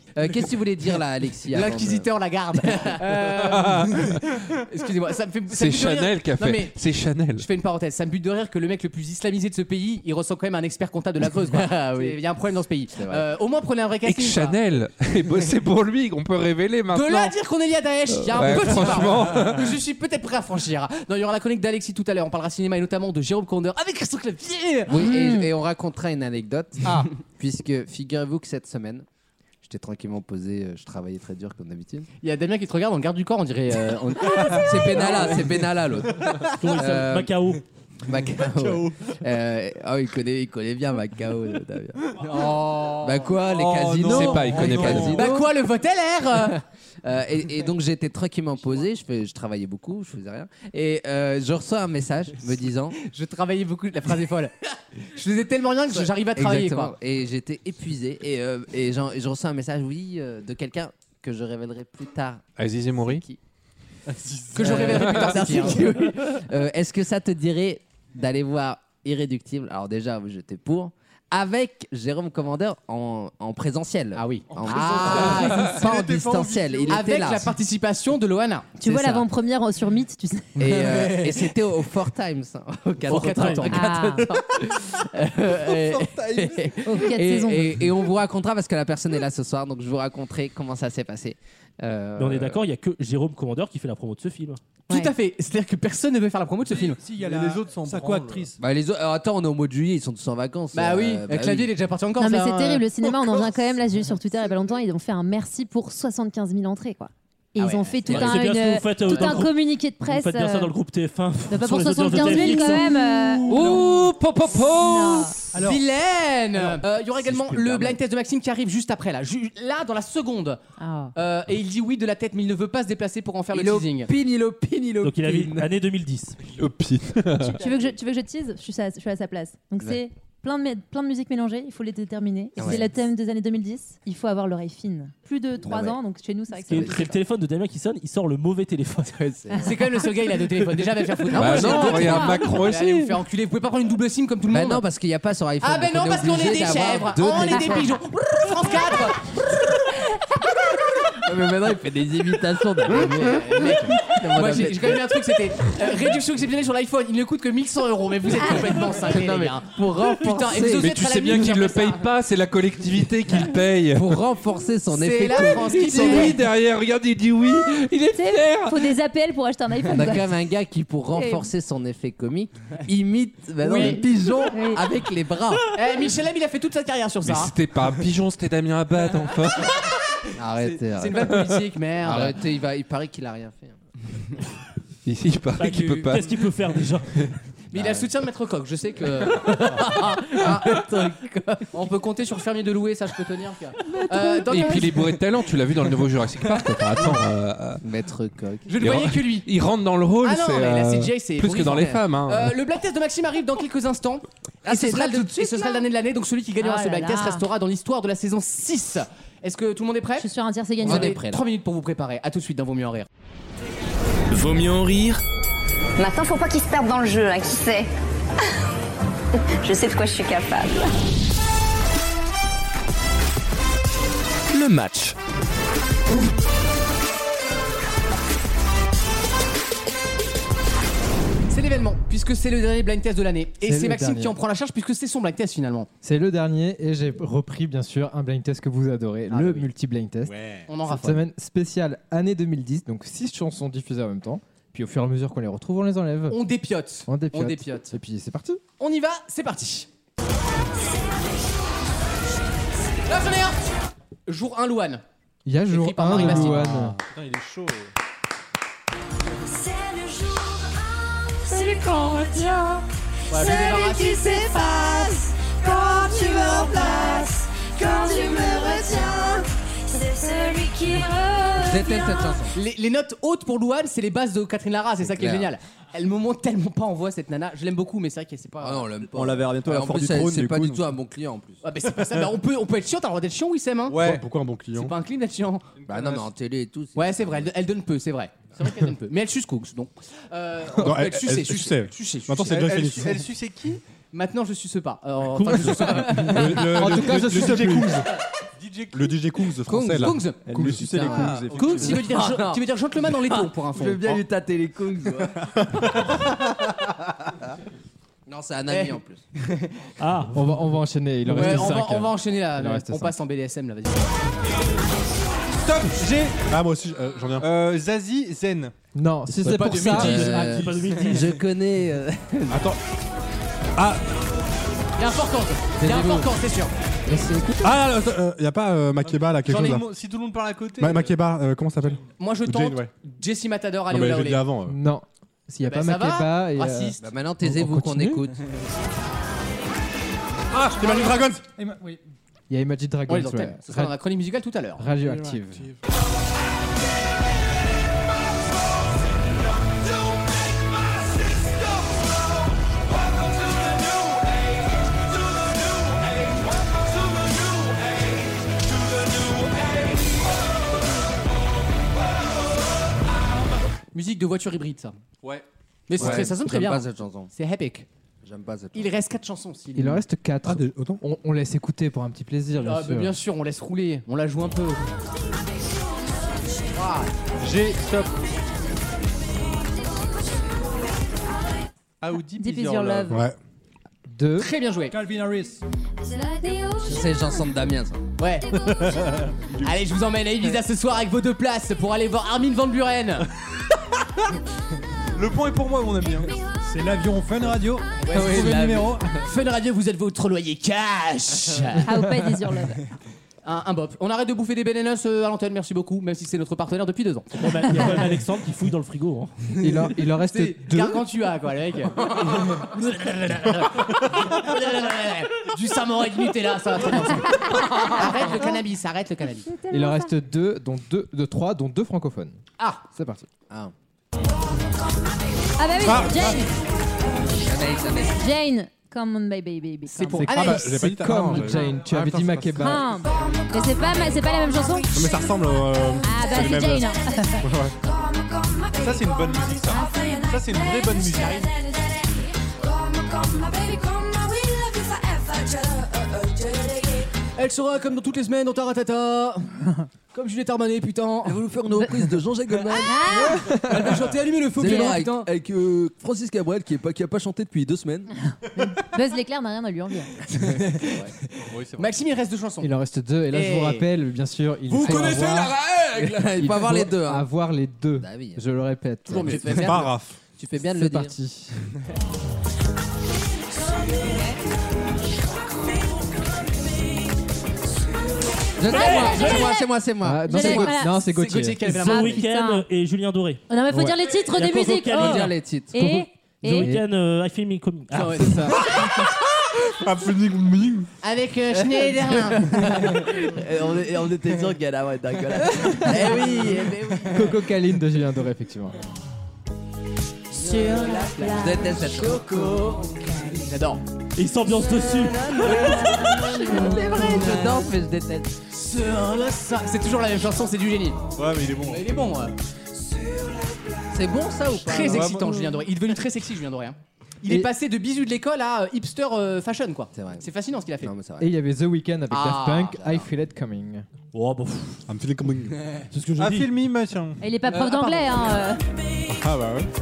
Speaker 4: Euh, Qu'est-ce que tu voulais dire là, Alexis avant de-
Speaker 2: L'inquisiteur la garde. Euh, Excusez-moi, ça me fait. ça
Speaker 6: C'est
Speaker 2: me bute de rire.
Speaker 6: Chanel qui a
Speaker 2: Non,
Speaker 6: fait.
Speaker 2: mais
Speaker 6: C'est Chanel.
Speaker 2: je fais une parenthèse. Ça me bute de rire que le mec le plus islamisé de ce pays, il ressent quand même un expert comptable de la Creuse. quoi.
Speaker 4: Ah oui.
Speaker 2: C'est- Il y a un problème dans ce pays.
Speaker 4: C'est vrai.
Speaker 2: Euh, au moins prenez un vrai
Speaker 6: Et que
Speaker 2: casting. quoi.
Speaker 6: Chanel ait bossé pour lui, qu'on peut révéler maintenant.
Speaker 2: De là à dire qu'on est lié à Daesh, il y a un
Speaker 6: Ouais,
Speaker 2: petit
Speaker 6: franchement.
Speaker 2: pas. Je suis peut-être prêt à franchir. Non, il y aura la chronique d'Alexis tout à l'heure. On parlera cinéma et notamment de Jérôme Condeur avec Christophe Clavier.
Speaker 4: Oui,
Speaker 2: Mmh.
Speaker 4: et, et on racontera une anecdote.
Speaker 2: Ah.
Speaker 4: Puisque figurez-vous que cette semaine, j'étais tranquillement posé, euh, je travaillais très dur comme d'habitude.
Speaker 2: Il y a Damien qui te regarde en garde du corps, on dirait. euh, on-
Speaker 4: C'est Benalla, c'est Benalla l'autre.
Speaker 3: Comment il s'appelle
Speaker 4: Euh,
Speaker 3: Macao.
Speaker 4: Macao. Euh, oh, il connaît, il connaît bien Macao. le Damien.
Speaker 2: Oh.
Speaker 4: Bah quoi, les
Speaker 7: Oh,
Speaker 4: casinos
Speaker 7: non.
Speaker 6: Je sais pas, il connaît
Speaker 4: Les
Speaker 6: pas.
Speaker 4: casinos.
Speaker 2: Bah quoi, le vote L R.
Speaker 4: Euh, et, et donc j'étais tranquillement posé, je, fais, je travaillais beaucoup, je faisais rien. Et euh, je reçois un message me disant.
Speaker 2: Je travaillais beaucoup, la phrase est folle. Je faisais tellement rien que j'arrivais à travailler.
Speaker 4: Exactement.
Speaker 2: Quoi.
Speaker 4: Et j'étais épuisé. Et, euh, et j'en- je reçois un message, oui, euh, de quelqu'un que je révélerai plus tard.
Speaker 6: Aziz et Mouri.
Speaker 4: Qui
Speaker 2: Que je révélerai plus tard.
Speaker 4: Merci.
Speaker 2: c'est qui, hein.
Speaker 4: Euh, Est-ce que ça te dirait d'aller voir Irréductible? Alors déjà, oui, j'étais pour. Avec Jérôme Commandeur en, en présentiel.
Speaker 2: Ah oui.
Speaker 4: En
Speaker 2: Ah,
Speaker 4: présentiel. Pas en distanciel. Il était
Speaker 2: Avec
Speaker 4: là.
Speaker 2: la participation de Loana.
Speaker 5: Tu
Speaker 4: C'est
Speaker 5: vois
Speaker 4: ça.
Speaker 5: l'avant-première sur Mythe, tu sais.
Speaker 4: Et, euh, et c'était au Four Times. hein, Au quatre
Speaker 2: quatre
Speaker 4: temps.
Speaker 2: temps.
Speaker 5: Ah,
Speaker 4: Euh, et-
Speaker 5: aux quatre
Speaker 4: et,
Speaker 5: saisons.
Speaker 4: et- et on vous racontera parce que la personne est là ce soir, donc je vous raconterai comment ça s'est passé. Euh,
Speaker 3: Mais on est d'accord, il n'y a que Jérôme Commandeur qui fait la promo de ce film.
Speaker 2: Tout
Speaker 5: Ouais.
Speaker 2: à fait. C'est-à-dire que personne ne veut faire la promo de ce film.
Speaker 9: Si, il y a
Speaker 7: Et
Speaker 9: la-
Speaker 7: les autres sont
Speaker 9: sa
Speaker 7: branles.
Speaker 9: co-actrice.
Speaker 4: Bah les autres, alors, attends, on est au mois de juillet, ils sont tous en vacances.
Speaker 2: Bah
Speaker 4: euh,
Speaker 2: oui,
Speaker 4: bah
Speaker 2: Clavier, il
Speaker 4: oui.
Speaker 2: est déjà parti en Corse.
Speaker 5: Non mais
Speaker 2: là,
Speaker 5: c'est
Speaker 2: hein.
Speaker 5: terrible, le cinéma on en vient quand même, là j'ai vu sur Twitter il y a pas longtemps, ils ont fait un merci pour soixante-quinze mille entrées quoi. Et
Speaker 2: Ah
Speaker 5: ils
Speaker 2: ouais,
Speaker 5: ont fait tout
Speaker 3: Ouais,
Speaker 5: un,
Speaker 3: c'est bien ce que
Speaker 5: une-
Speaker 3: vous faites, euh,
Speaker 5: tout
Speaker 3: dans
Speaker 5: un
Speaker 3: le groupe.
Speaker 5: communiqué de
Speaker 3: Vous
Speaker 5: presse.
Speaker 3: faites bien ça
Speaker 5: euh,
Speaker 3: dans le groupe T F un.
Speaker 5: bah, pas
Speaker 3: sur
Speaker 5: pour
Speaker 3: les audiences de
Speaker 5: soixante-quinze mille
Speaker 3: T F X,
Speaker 5: quand
Speaker 3: hein.
Speaker 5: même. euh,
Speaker 2: Ouh, pop, pop, pop.
Speaker 5: non.
Speaker 9: Alors,
Speaker 2: Vilaine. Euh, Il y aura également
Speaker 4: je peux me
Speaker 2: le
Speaker 4: permettre.
Speaker 2: blind test de Maxime qui arrive juste après là, Ju- là dans la seconde.
Speaker 5: Ah.
Speaker 2: Euh, et il dit oui de la tête, mais il ne veut pas se déplacer pour en faire
Speaker 4: Il
Speaker 2: le teasing.
Speaker 4: opine, il opine, il opine.
Speaker 3: Donc il a vu année deux mille dix.
Speaker 8: Opine.
Speaker 5: Tu veux que je, tu veux que je tease je suis, à, je suis à sa place. Donc c'est plein de, mé- plein de musiques mélangées, il faut les déterminer. Et
Speaker 4: Ouais.
Speaker 5: c'est le thème des années deux mille dix. Il faut avoir l'oreille fine. Plus de trois
Speaker 4: ouais.
Speaker 5: ans, donc chez nous c'est vrai que
Speaker 3: C'est
Speaker 5: c'est
Speaker 3: c'est le téléphone de Damien qui sonne, il sort le mauvais téléphone.
Speaker 2: C'est quand même le seul gars, il a deux téléphones. Déjà, va faire foutre.
Speaker 6: Bah
Speaker 2: moi, j'ai
Speaker 6: non,
Speaker 2: deux,
Speaker 6: il y a
Speaker 2: trois.
Speaker 6: Macron
Speaker 2: Allez vous
Speaker 6: aussi.
Speaker 2: faire enculer. Vous pouvez pas prendre une double SIM comme tout le
Speaker 4: Bah
Speaker 2: monde.
Speaker 4: non, parce qu'il n'y a pas sur iPhone.
Speaker 2: Ah ben
Speaker 4: donc
Speaker 2: non, parce qu'on est
Speaker 4: obligé
Speaker 2: des
Speaker 4: d'avoir
Speaker 2: chèvres.
Speaker 4: deux
Speaker 2: On est des
Speaker 4: téléphones.
Speaker 2: pigeons. France quatre.
Speaker 4: Mais maintenant, il fait des imitations de.
Speaker 2: Moi, j'ai j'ai quand même vu un truc, c'était euh, réduction exceptionnelle sur l'iPhone. Il ne coûte que mille cent euros. Mais vous êtes complètement cinglés,
Speaker 4: Non,
Speaker 2: les
Speaker 4: mais
Speaker 2: gars.
Speaker 4: pour renforcer,
Speaker 2: Putain, et vous osez
Speaker 6: Mais
Speaker 2: être
Speaker 6: tu
Speaker 2: à la
Speaker 6: sais bien
Speaker 2: mine,
Speaker 6: qu'il
Speaker 2: j'ai
Speaker 6: le
Speaker 2: fait ça.
Speaker 6: paye pas, c'est la collectivité qui le paye.
Speaker 4: pour renforcer son
Speaker 2: C'est
Speaker 4: effet.
Speaker 2: la
Speaker 4: comique.
Speaker 2: France
Speaker 6: Il
Speaker 2: qui
Speaker 6: dit
Speaker 2: s'en
Speaker 6: oui derrière, regarde, il dit oui. Il est
Speaker 5: Tu sais,
Speaker 6: fier.
Speaker 5: faut des appels pour acheter un iPhone.
Speaker 4: On a
Speaker 5: quoi.
Speaker 4: quand même un gars qui, pour renforcer son effet comique, imite bah non,
Speaker 2: Oui.
Speaker 4: les pigeons
Speaker 5: Oui.
Speaker 4: avec les bras.
Speaker 2: Eh, Michel Leb, il a fait toute sa carrière sur
Speaker 6: Mais
Speaker 2: ça. hein.
Speaker 6: c'était pas un pigeon, c'était Damien Abad, enfin.
Speaker 4: Arrêtez,
Speaker 2: C'est une
Speaker 4: arrêtez.
Speaker 2: vanne politique, merde.
Speaker 4: Arrêtez, il, va, il paraît qu'il a rien fait.
Speaker 6: Ici, il paraît qu'il peut pas.
Speaker 3: Qu'est-ce qu'il peut faire déjà?
Speaker 2: Mais il a le soutien de Maître Coq, je sais que. On peut compter sur Fermier de Louer, ça je peux tenir. Euh, dans
Speaker 6: Et
Speaker 2: quel-
Speaker 6: puis il est bourré de talent, tu l'as vu dans le nouveau Jurassic Park. Enfin, attends, euh, euh,
Speaker 4: Maître Coq.
Speaker 2: Je ne
Speaker 6: il
Speaker 2: voyais
Speaker 6: re-
Speaker 2: que lui.
Speaker 6: il rentre dans le rôle,
Speaker 2: Ah non,
Speaker 6: c'est
Speaker 2: mais la
Speaker 6: euh,
Speaker 2: C G I, c'est
Speaker 6: plus que dans les
Speaker 2: horrifiant.
Speaker 6: femmes. Hein.
Speaker 2: Euh, le blind test de Maxime arrive dans quelques instants.
Speaker 4: Ah,
Speaker 2: et ce
Speaker 4: c'est
Speaker 2: sera,
Speaker 4: là
Speaker 2: le,
Speaker 4: tout de suite,
Speaker 2: et ce sera
Speaker 4: là
Speaker 2: l'année de l'année, donc celui qui gagnera
Speaker 5: Ah
Speaker 2: ce
Speaker 5: là
Speaker 2: blind test
Speaker 5: là.
Speaker 2: restera dans l'histoire de la saison six. Est-ce que tout le monde est prêt?
Speaker 5: Je suis sur un tir, c'est
Speaker 2: Vous
Speaker 5: gagné.
Speaker 4: On est
Speaker 2: avez
Speaker 4: prêt, là.
Speaker 2: trois minutes pour vous préparer. À tout de suite dans Vaut mieux en rire.
Speaker 1: Vaut mieux en rire
Speaker 10: Maintenant, faut pas qu'il se perde dans le jeu, hein, qui sait? Je sais de quoi je suis capable.
Speaker 1: le match.
Speaker 2: C'est l'événement, puisque c'est le dernier blind test de l'année. Et
Speaker 11: C'est
Speaker 2: c'est
Speaker 11: le
Speaker 2: Maxime
Speaker 11: dernier.
Speaker 2: qui en prend la charge, puisque c'est son blind test finalement.
Speaker 11: C'est le dernier et j'ai repris bien sûr un blind test que vous adorez,
Speaker 2: Ah
Speaker 11: le
Speaker 2: oui.
Speaker 11: multi-blind test.
Speaker 2: On en
Speaker 11: Cette
Speaker 2: raffole.
Speaker 11: semaine spéciale année deux mille dix, donc six chansons diffusées en même temps. Puis au fur et à mesure qu'on les retrouve, on les enlève.
Speaker 2: On dépiote.
Speaker 11: On dépiote.
Speaker 2: On dépiote.
Speaker 11: Et puis c'est parti.
Speaker 2: On y va, c'est parti. Là, j'en ai un. Jour un, Louane.
Speaker 11: Il y a jour
Speaker 2: Écrit par
Speaker 11: un
Speaker 2: Marie
Speaker 11: de
Speaker 2: Bastille.
Speaker 11: Louane.
Speaker 7: Putain, il est chaud.
Speaker 12: Celui qu'on retient,
Speaker 2: Ouais, je débarrasse.
Speaker 12: celui qui s'efface quand tu me remplaces, quand tu me retiens, c'est celui qui
Speaker 4: Je déteste cette
Speaker 12: revient.
Speaker 4: chanson.
Speaker 2: Les, les notes hautes pour Louane, c'est les bases de Catherine Lara, c'est ça qui est
Speaker 4: clair.
Speaker 2: génial. Elle me monte tellement pas en voix cette nana. Je l'aime beaucoup, mais c'est vrai qu'elle c'est pas.
Speaker 4: Ah non, on l'aime pas.
Speaker 8: On la verra bientôt à la
Speaker 4: en
Speaker 8: Foire
Speaker 4: plus,
Speaker 8: du
Speaker 4: c'est-
Speaker 8: Trône.
Speaker 4: c'est
Speaker 8: du
Speaker 4: pas
Speaker 8: coup,
Speaker 4: du
Speaker 8: donc.
Speaker 4: tout un bon client en plus.
Speaker 2: Ah, mais c'est pas ça. Mais on peut, on peut être chiant, t'as le droit d'être chiant, Wissem. Hein
Speaker 8: Ouais. Pourquoi un bon
Speaker 2: C'est
Speaker 8: client
Speaker 2: pas un clim d'être chiant.
Speaker 4: Bah non, mais en télé et tout.
Speaker 2: Ouais, c'est vrai. Elle, elle donne peu, c'est vrai. C'est vrai qu'elle donne peu. Mais elle suce Cooks, donc. Euh,
Speaker 8: Non,
Speaker 2: elle,
Speaker 8: elle-
Speaker 2: suçait,
Speaker 8: elle
Speaker 2: suçait,
Speaker 8: suçait.
Speaker 2: suçait, suçait.
Speaker 8: Maintenant, c'est
Speaker 7: Elle,
Speaker 8: déjà
Speaker 7: elle,
Speaker 8: fini.
Speaker 7: elle suçait qui?
Speaker 2: Maintenant, je suce pas. Euh, enfin, je suce pas.
Speaker 7: Le-
Speaker 11: En
Speaker 7: le-
Speaker 11: tout cas,
Speaker 7: le-
Speaker 11: je
Speaker 7: le
Speaker 11: suis
Speaker 7: D J
Speaker 11: plus.
Speaker 7: Kungs. Le D J Kungs français là.
Speaker 2: Kungs.
Speaker 7: Elle lui suçait les
Speaker 4: putain,
Speaker 7: Kungs.
Speaker 2: Kungs, tu veux dire,
Speaker 4: Ah, non.
Speaker 2: tu veux dire gentleman dans les tons pour info.
Speaker 4: Je veux bien lui tâter les couilles. Non, c'est un ami
Speaker 2: Eh.
Speaker 4: en plus.
Speaker 3: Ah,
Speaker 11: On va, on va enchaîner. Il en
Speaker 2: Ouais,
Speaker 11: reste
Speaker 2: on,
Speaker 11: cinq.
Speaker 2: va, on va enchaîner là.
Speaker 11: Il en reste
Speaker 2: On
Speaker 11: cinq.
Speaker 2: passe en B D S M là, vas-y.
Speaker 7: Stop, j'ai. Ah, moi aussi, euh, j'en ai un. Euh, Zazie Zen.
Speaker 11: Non, si
Speaker 3: C'est
Speaker 11: c'est
Speaker 3: pas
Speaker 11: pour ça.
Speaker 3: deux mille dix.
Speaker 4: Euh,
Speaker 3: Ah, c'est pas deux mille dix.
Speaker 4: Je connais. euh,
Speaker 7: Attends. Ah,
Speaker 2: Il y a un fort camp. Il y a un fort camp, c'est sûr.
Speaker 11: Laissez écouter.
Speaker 7: ah, attends, euh, y a pas euh, Makeba là, quelque
Speaker 13: J'en ai
Speaker 7: chose là.
Speaker 13: une mo- si tout le monde parle à côté.
Speaker 7: Ma- Makeba, euh, comment ça s'appelle?
Speaker 2: Moi je
Speaker 7: Ou
Speaker 2: tente
Speaker 7: Jane, ouais.
Speaker 2: Jessie Matador,
Speaker 7: Non,
Speaker 2: allez
Speaker 7: mais
Speaker 2: oula
Speaker 7: je l'ai dit
Speaker 2: olé.
Speaker 7: avant. euh.
Speaker 11: Non. S'il n'y a
Speaker 2: Bah,
Speaker 11: pas
Speaker 2: ça va
Speaker 11: Makeba. et, euh,
Speaker 2: Raciste.
Speaker 4: Bah maintenant, taisez-vous
Speaker 11: On
Speaker 4: qu'on
Speaker 11: continue
Speaker 4: écoute.
Speaker 7: Ah, Imagine Dragons.
Speaker 9: Oui.
Speaker 11: Il y a Imagine Dragons.
Speaker 2: On est dans le
Speaker 11: ouais.
Speaker 2: thème. Ce sera dans la chronique musicale tout à l'heure.
Speaker 11: Radioactive.
Speaker 2: Musique de voiture hybride, ça.
Speaker 13: Ouais.
Speaker 2: Mais c'est
Speaker 4: Ouais,
Speaker 2: très- ça sonne très
Speaker 4: j'aime
Speaker 2: bien.
Speaker 4: pas cette chanson.
Speaker 2: C'est epic.
Speaker 4: J'aime pas cette
Speaker 2: Il
Speaker 4: chanson.
Speaker 2: reste quatre chansons. s'il
Speaker 11: Il
Speaker 2: est-
Speaker 11: en reste quatre.
Speaker 7: Ah, des- autant.
Speaker 11: On, on laisse écouter pour un petit plaisir, bien
Speaker 2: Ah, bah,
Speaker 11: sûr.
Speaker 2: bien sûr, on laisse rouler. On la joue un peu. Ah,
Speaker 13: J'ai stop. How deep,
Speaker 5: Deep
Speaker 13: is your love.
Speaker 7: Ouais.
Speaker 11: Deux.
Speaker 2: très bien joué.
Speaker 9: Calvin Harris.
Speaker 4: C'est les chansons de Damien, ça.
Speaker 2: Ouais. Allez, je vous emmène à Ibiza ce soir avec vos deux places pour aller voir Armin van Buren.
Speaker 13: Le point est pour moi, mon ami. hein.
Speaker 9: C'est l'avion Fun Radio.
Speaker 2: Ouais,
Speaker 9: Trouvez
Speaker 2: c'est
Speaker 9: le
Speaker 2: la-
Speaker 9: numéro.
Speaker 2: Fun Radio, vous êtes votre loyer cash.
Speaker 5: How bad is your love?
Speaker 2: Un, un bop. On arrête de bouffer des bananas euh, à l'antenne, merci beaucoup, même si c'est notre partenaire depuis deux ans.
Speaker 3: Bon, bah, il y a quand même Alexandre qui fouille dans le frigo. Hein.
Speaker 11: Il en, il en reste
Speaker 2: C'est
Speaker 11: deux.
Speaker 2: Gargantua, quoi, le mec. Du samouraï de Nutella, ça va très bien. Arrête le cannabis, arrête le cannabis.
Speaker 11: Il en reste deux, dont deux, de trois, dont deux francophones.
Speaker 2: Ah,
Speaker 11: C'est parti.
Speaker 4: Ah.
Speaker 5: Ah bah oui,
Speaker 7: Ah.
Speaker 5: Jane. Jane. Come on, baby, baby.
Speaker 2: c'est pour
Speaker 11: C'est
Speaker 7: Ah bah,
Speaker 2: Anaïs.
Speaker 7: j'ai pas dit ta
Speaker 11: Comme
Speaker 7: non, j'ai-
Speaker 11: Jane, tu
Speaker 7: Ah,
Speaker 11: avais
Speaker 7: putain,
Speaker 11: dit
Speaker 7: c'est pas
Speaker 11: Makeba.
Speaker 5: Come. Mais c'est pas, ma- c'est pas la même chanson.
Speaker 7: Non, mais ça ressemble. euh,
Speaker 5: Ah bah
Speaker 7: c'est les
Speaker 5: c'est
Speaker 7: mêmes-
Speaker 5: Jane. hein.
Speaker 13: Ça, c'est une bonne musique, ça. Ça, c'est une vraie bonne musique.
Speaker 2: Elle sera comme dans toutes les semaines dans Taratata. Comme Juliette Armanet, putain.
Speaker 4: Elle va nous faire une reprise de Jean-Jacques Goldman.
Speaker 2: Elle va chanter Allumer le feu
Speaker 4: C'est
Speaker 2: violon,
Speaker 4: vrai, avec,
Speaker 2: putain.
Speaker 4: avec, euh, Francis Cabrel qui, est pas, qui a pas chanté depuis deux semaines.
Speaker 5: Buzz l'éclair n'a rien à lui envier.
Speaker 13: Oui, c'est vrai.
Speaker 2: Maxime, il reste deux chansons.
Speaker 11: Il en reste deux. Et là, je
Speaker 2: Et-
Speaker 11: vous rappelle, bien sûr, il
Speaker 2: Vous
Speaker 11: faut
Speaker 2: connaissez
Speaker 11: avoir,
Speaker 2: la règle.
Speaker 4: Il faut avoir les deux. hein.
Speaker 11: Avoir les deux.
Speaker 4: Bah oui.
Speaker 11: Je le répète.
Speaker 2: Toujours mieux.
Speaker 4: Tu fais bien,
Speaker 7: Pas Raph.
Speaker 4: tu fais bien de
Speaker 11: C'est
Speaker 4: le dire.
Speaker 11: parti.
Speaker 4: Je- C'est moi, c'est moi, c'est moi, c'est moi.
Speaker 11: Ah, non,
Speaker 5: Je
Speaker 11: c'est
Speaker 5: l'ai,
Speaker 11: Gaut-
Speaker 5: voilà.
Speaker 11: non, c'est
Speaker 2: C'est Gauthier
Speaker 11: Gauthier.
Speaker 2: qui a levé la
Speaker 3: The
Speaker 2: main.
Speaker 5: Ah,
Speaker 3: Weeknd
Speaker 5: putain.
Speaker 3: et Julien Doré.
Speaker 5: Oh non mais faut
Speaker 11: Ouais.
Speaker 5: dire les titres
Speaker 3: Il y a
Speaker 5: de
Speaker 3: Coco
Speaker 5: musique.
Speaker 3: Calin.
Speaker 5: Oh.
Speaker 4: Dire les titres.
Speaker 5: Et
Speaker 3: The
Speaker 5: et
Speaker 3: Weeknd, euh, I Feel Me Coming. Ah,
Speaker 2: Ah ouais.
Speaker 11: C'est ça.
Speaker 2: Avec euh, Schneider.
Speaker 4: Et on, et on était sûr qu'elle allait être dégueulasse. Eh oui, eh ben oui.
Speaker 11: Coco Caline de Julien Doré, effectivement.
Speaker 2: Sur la
Speaker 4: Je déteste cette chanson.
Speaker 2: J'adore.
Speaker 3: Et il s'ambiance dessus.
Speaker 4: C'est vrai, je danse, mais je déteste.
Speaker 2: Sur le sa- C'est toujours la même chanson, c'est du génie.
Speaker 13: Ouais, mais il est bon.
Speaker 2: Il est bon. Ouais.
Speaker 4: C'est bon ça ou pas?
Speaker 2: Très
Speaker 4: Ouais,
Speaker 2: excitant,
Speaker 4: moi-
Speaker 2: Julien Doré. Il est devenu très sexy, Julien Doré. hein. Il
Speaker 11: Et-
Speaker 2: est passé de bisous de l'école à euh, hipster euh, fashion, quoi.
Speaker 4: C'est vrai.
Speaker 2: C'est fascinant ce qu'il a fait.
Speaker 4: Non, mais c'est
Speaker 11: Et
Speaker 4: vrai.
Speaker 11: il y avait The Weeknd avec
Speaker 2: Ah,
Speaker 11: Daft Punk, I
Speaker 4: j'adore.
Speaker 11: Feel It Coming.
Speaker 3: Oh, bah, pff,
Speaker 7: I'm feeling coming.
Speaker 3: c'est ce que je
Speaker 13: Ah,
Speaker 3: dis.
Speaker 13: film, machin.
Speaker 5: Et il est pas
Speaker 2: Euh,
Speaker 5: prof
Speaker 2: ah,
Speaker 5: d'anglais hein. euh.
Speaker 7: Ah bah ouais.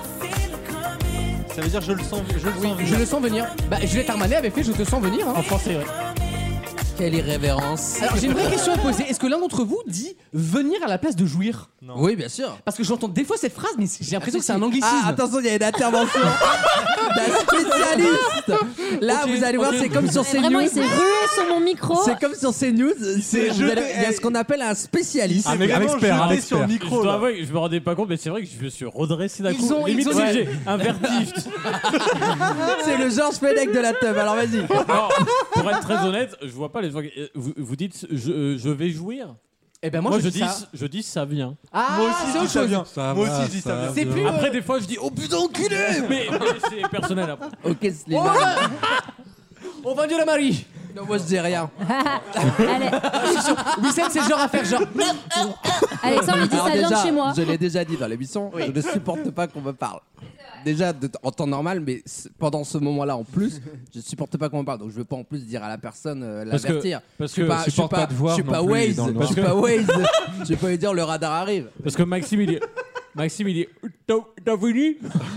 Speaker 13: Ça veut dire je le sens, je le
Speaker 2: Oui,
Speaker 13: sens.
Speaker 2: je le sens venir. Bah, Juliette Armanet avait fait Je te sens venir. hein.
Speaker 3: En français, ouais.
Speaker 4: Quelle irrévérence.
Speaker 2: Alors, j'ai une vraie question à poser. Est-ce que l'un d'entre vous dit venir à la place de jouir?
Speaker 13: Non.
Speaker 4: Oui, bien sûr.
Speaker 2: Parce que j'entends des fois cette phrase, mais j'ai l'impression que c'est un anglicisme.
Speaker 4: Ah, attention, il y a une intervention d'un spécialiste. Là,
Speaker 2: Ok,
Speaker 4: vous allez voir,
Speaker 2: ok.
Speaker 4: c'est comme sur
Speaker 5: Mais Vraiment
Speaker 4: CNews.
Speaker 5: il s'est rué sur mon micro.
Speaker 4: C'est comme sur CNews. c'est- vous
Speaker 13: jeté-
Speaker 4: allez- Il y a ce qu'on appelle un spécialiste.
Speaker 7: Un
Speaker 13: C'est
Speaker 7: mec- un
Speaker 13: vraiment
Speaker 7: expert, un
Speaker 13: jeté sur le
Speaker 7: expert.
Speaker 13: micro.
Speaker 3: Je dois
Speaker 13: là.
Speaker 3: avouer que je me rendais pas compte, mais c'est vrai que je me suis redressé d'un
Speaker 2: Ils
Speaker 3: coup.
Speaker 2: ont- ils
Speaker 3: Limite,
Speaker 2: ont-
Speaker 3: c'est que
Speaker 2: ouais.
Speaker 3: j'ai un vertige.
Speaker 4: C'est le Georges Fenech de la teub. Alors vas-y.
Speaker 3: Alors, pour être très honnête, je vois pas les gens. qui- euh, Vous, vous dites je, euh, je vais jouir.
Speaker 2: Eh ben, moi,
Speaker 3: Moi,
Speaker 2: je,
Speaker 3: je
Speaker 2: dis
Speaker 3: dis
Speaker 2: ça.
Speaker 3: je dis ça vient.
Speaker 2: Ah,
Speaker 13: Moi aussi,
Speaker 2: c'est
Speaker 13: je dis
Speaker 2: autre
Speaker 13: ça
Speaker 2: chose.
Speaker 13: vient.
Speaker 7: Ça
Speaker 13: Moi
Speaker 7: va,
Speaker 13: aussi, je dis ça vient.
Speaker 2: C'est plus.
Speaker 3: Après,
Speaker 2: euh,
Speaker 3: des fois, je dis oh putain enculé. Mais, mais c'est personnel après.
Speaker 4: Ok,
Speaker 2: Oh,
Speaker 4: Slimane.
Speaker 2: bah, on va dire la Marie.
Speaker 4: Non, moi je dis rien.
Speaker 5: Allez,
Speaker 2: Wissem, c'est le genre à faire genre.
Speaker 5: Alexandre lui dit
Speaker 4: Alors
Speaker 5: ça vient de
Speaker 4: déjà,
Speaker 5: chez moi.
Speaker 4: je l'ai déjà dit dans l'émission, je ne supporte pas qu'on me parle. déjà de- en temps normal, mais c- pendant ce moment-là en plus, je supporte pas qu'on me parle. Donc je veux pas en plus dire à la personne euh,
Speaker 3: Parce que-
Speaker 4: l'avertir.
Speaker 3: parce
Speaker 4: je suis
Speaker 3: que
Speaker 4: pas, je suis
Speaker 6: supporte
Speaker 4: pas,
Speaker 6: pas de voir
Speaker 4: je suis
Speaker 6: non
Speaker 4: pas
Speaker 6: plus
Speaker 4: Waze,
Speaker 6: dans le
Speaker 4: je
Speaker 6: noir.
Speaker 4: suis pas Waze. Je vais pas lui dire le radar arrive.
Speaker 3: Parce que Maxime, il est. Maxime, il est. T'as t'as fini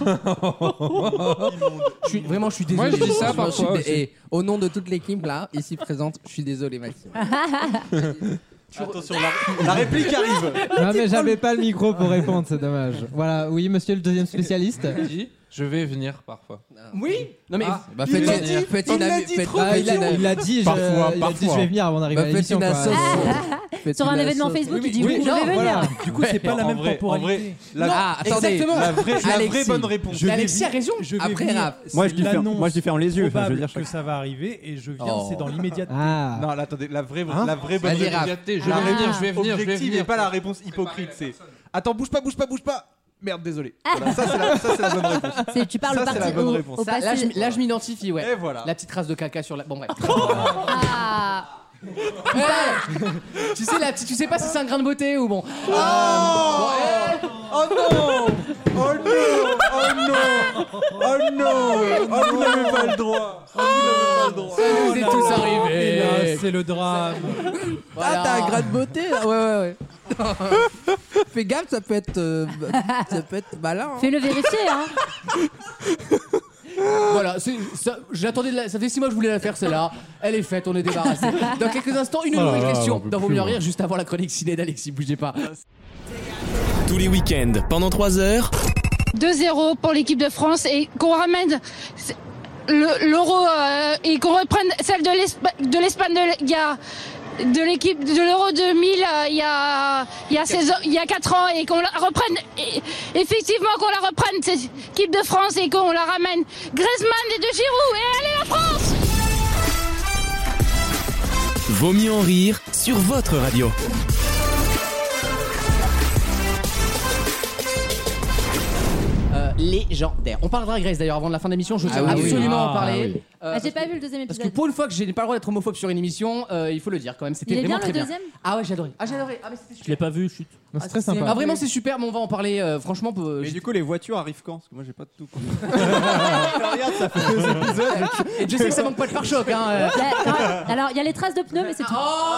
Speaker 2: Je suis, vraiment, je suis
Speaker 4: Moi,
Speaker 2: désolé.
Speaker 4: je dis ça
Speaker 2: Franchement,
Speaker 4: parfois.
Speaker 2: je suis dé-
Speaker 4: Et au nom de toute l'équipe là, ici présente, je suis désolé, Maxime.
Speaker 7: Attention, la, la réplique arrive.
Speaker 11: Non, mais j'avais pas le micro pour répondre, c'est dommage. Voilà, oui, monsieur le deuxième spécialiste.
Speaker 6: Je vais venir parfois.
Speaker 2: Oui. Non mais.
Speaker 4: Bah,
Speaker 2: il
Speaker 4: faites
Speaker 2: l'a
Speaker 4: une-
Speaker 2: dit,
Speaker 4: faites
Speaker 2: il
Speaker 4: une
Speaker 2: l'a
Speaker 4: ami-
Speaker 2: dit
Speaker 4: faites-
Speaker 2: trop
Speaker 11: Ah, il,
Speaker 2: mignon.
Speaker 11: a, il a dit, je,
Speaker 3: Parfois,
Speaker 11: il a dit
Speaker 3: parfois.
Speaker 11: je vais venir avant d'arriver
Speaker 4: Bah,
Speaker 11: à
Speaker 4: faites
Speaker 11: l'émission.
Speaker 4: une
Speaker 11: quoi.
Speaker 4: assoce. Faites
Speaker 5: Sur un
Speaker 4: une
Speaker 5: événement
Speaker 4: assoce.
Speaker 5: Facebook,
Speaker 7: Oui,
Speaker 5: il dit
Speaker 7: oui,
Speaker 5: oui, je
Speaker 11: non,
Speaker 5: vais
Speaker 11: voilà.
Speaker 5: venir.
Speaker 7: Du coup, c'est pas
Speaker 8: En
Speaker 7: la même
Speaker 8: vrai- en
Speaker 7: temporalité.
Speaker 8: vrai, la-
Speaker 4: Ah, attendez.
Speaker 2: Exactement.
Speaker 7: La vraie, la vraie
Speaker 4: Alexis.
Speaker 7: bonne réponse.
Speaker 2: Mais Alexis a raison.
Speaker 7: Je vais
Speaker 4: Après,
Speaker 7: venir.
Speaker 4: Raph.
Speaker 8: Moi, je
Speaker 7: C'est
Speaker 8: diffère-
Speaker 7: l'annonce
Speaker 8: moi, je diffère en les yeux, enfin, je veux
Speaker 7: probable
Speaker 8: dire,
Speaker 7: que
Speaker 8: chaque-
Speaker 7: ça va arriver et je viens,
Speaker 4: Oh.
Speaker 7: c'est dans l'immédiat.
Speaker 11: Ah,
Speaker 8: Non, là, attendez, la vraie,
Speaker 7: Hein
Speaker 8: la vraie bonne
Speaker 4: Vas-y,
Speaker 8: réponse.
Speaker 4: Raph.
Speaker 6: Je vais
Speaker 4: Ah.
Speaker 6: venir, je vais venir, je vais
Speaker 7: Objective et
Speaker 6: venir.
Speaker 7: pas la réponse hypocrite. C'est attends, bouge pas, bouge pas, bouge pas. Merde, désolé. Voilà, ça, c'est la, ça, c'est la bonne réponse.
Speaker 5: C'est- Tu parles
Speaker 7: Ça,
Speaker 5: au
Speaker 7: c'est
Speaker 5: parti
Speaker 7: la bonne
Speaker 5: au-
Speaker 7: réponse.
Speaker 5: au
Speaker 2: Ça, là,
Speaker 5: passé.
Speaker 2: je, là, je m'identifie, ouais.
Speaker 7: Et voilà.
Speaker 2: La petite trace de caca sur la. Bon bref.
Speaker 5: Ah.
Speaker 2: Ouais. Tu sais la petite, tu sais pas si c'est un grain de beauté ou bon.
Speaker 7: Oh, oh non. Oh non. Oh non. Oh non. Oh, vous n'avez pas le droit. Oh, vous n'avez pas le droit.
Speaker 2: Ça nous est tous arrivé.
Speaker 9: Et là, c'est le drame.
Speaker 2: Voilà.
Speaker 4: Ah, t'as un grain de beauté là. Ouais, ouais, ouais. Fais gaffe, ça peut être, euh, ça peut être malin. hein.
Speaker 5: Fais-le vérifier, hein.
Speaker 2: Voilà, c'est- ça, j'attendais de la- ça fait six mois que je voulais la faire celle-là. Elle est faite, on est débarrassé. Dans quelques instants, une
Speaker 3: Oh là
Speaker 2: nouvelle
Speaker 3: là,
Speaker 2: question
Speaker 3: j'en peux
Speaker 2: dans Vaut
Speaker 3: plus,
Speaker 2: mieux en
Speaker 3: moi.
Speaker 2: rire juste avant la chronique ciné d'Alexis. Bougez pas.
Speaker 1: Tous les week-ends, pendant trois heures,
Speaker 14: deux zéro pour l'équipe de France et qu'on ramène le- l'euro euh, et qu'on reprenne celle de l'Espa- de l'Espagne de, il y a- de l'équipe de l'euro deux mille euh, il y a il y a seize ans- il y a quatre ans et qu'on la reprenne et, effectivement qu'on la reprenne cette équipe de France et qu'on la ramène Griezmann et De Giroud et allez la France.
Speaker 1: Vaut mieux en rire sur votre radio.
Speaker 2: Euh, légendaire. On parlera de Grace d'ailleurs avant de la fin de l'émission. Je tiens
Speaker 4: Ah oui,
Speaker 2: absolument
Speaker 3: oui.
Speaker 2: à en parler.
Speaker 3: Ah oui.
Speaker 2: Euh,
Speaker 5: Ah, j'ai pas vu le deuxième
Speaker 2: Parce que
Speaker 5: épisode.
Speaker 2: pour une fois que j'ai pas le droit d'être homophobe sur une émission, euh, il faut le dire quand même. C'était
Speaker 5: Il est
Speaker 2: vraiment
Speaker 5: bien, le
Speaker 2: très
Speaker 5: deuxième.
Speaker 2: Ah ouais, j'ai adoré. Ah j'ai adoré. Ah mais c'était
Speaker 3: Je
Speaker 2: super.
Speaker 3: l'ai pas vu, chut.
Speaker 11: non, c'est très
Speaker 2: C'est-
Speaker 11: sympa.
Speaker 2: Ah vraiment c'est super, mais on va en parler. euh, franchement, euh,
Speaker 8: Mais
Speaker 2: j'ai-
Speaker 8: du coup, les voitures arrivent quand? Parce que moi, j'ai pas de tout. Regarde, ça fait deux épisodes.
Speaker 2: et je sais que ça manque pas de pare-choc. Hein. euh.
Speaker 5: Il y a- non, Alors, il y a les traces de pneus, mais c'est tout.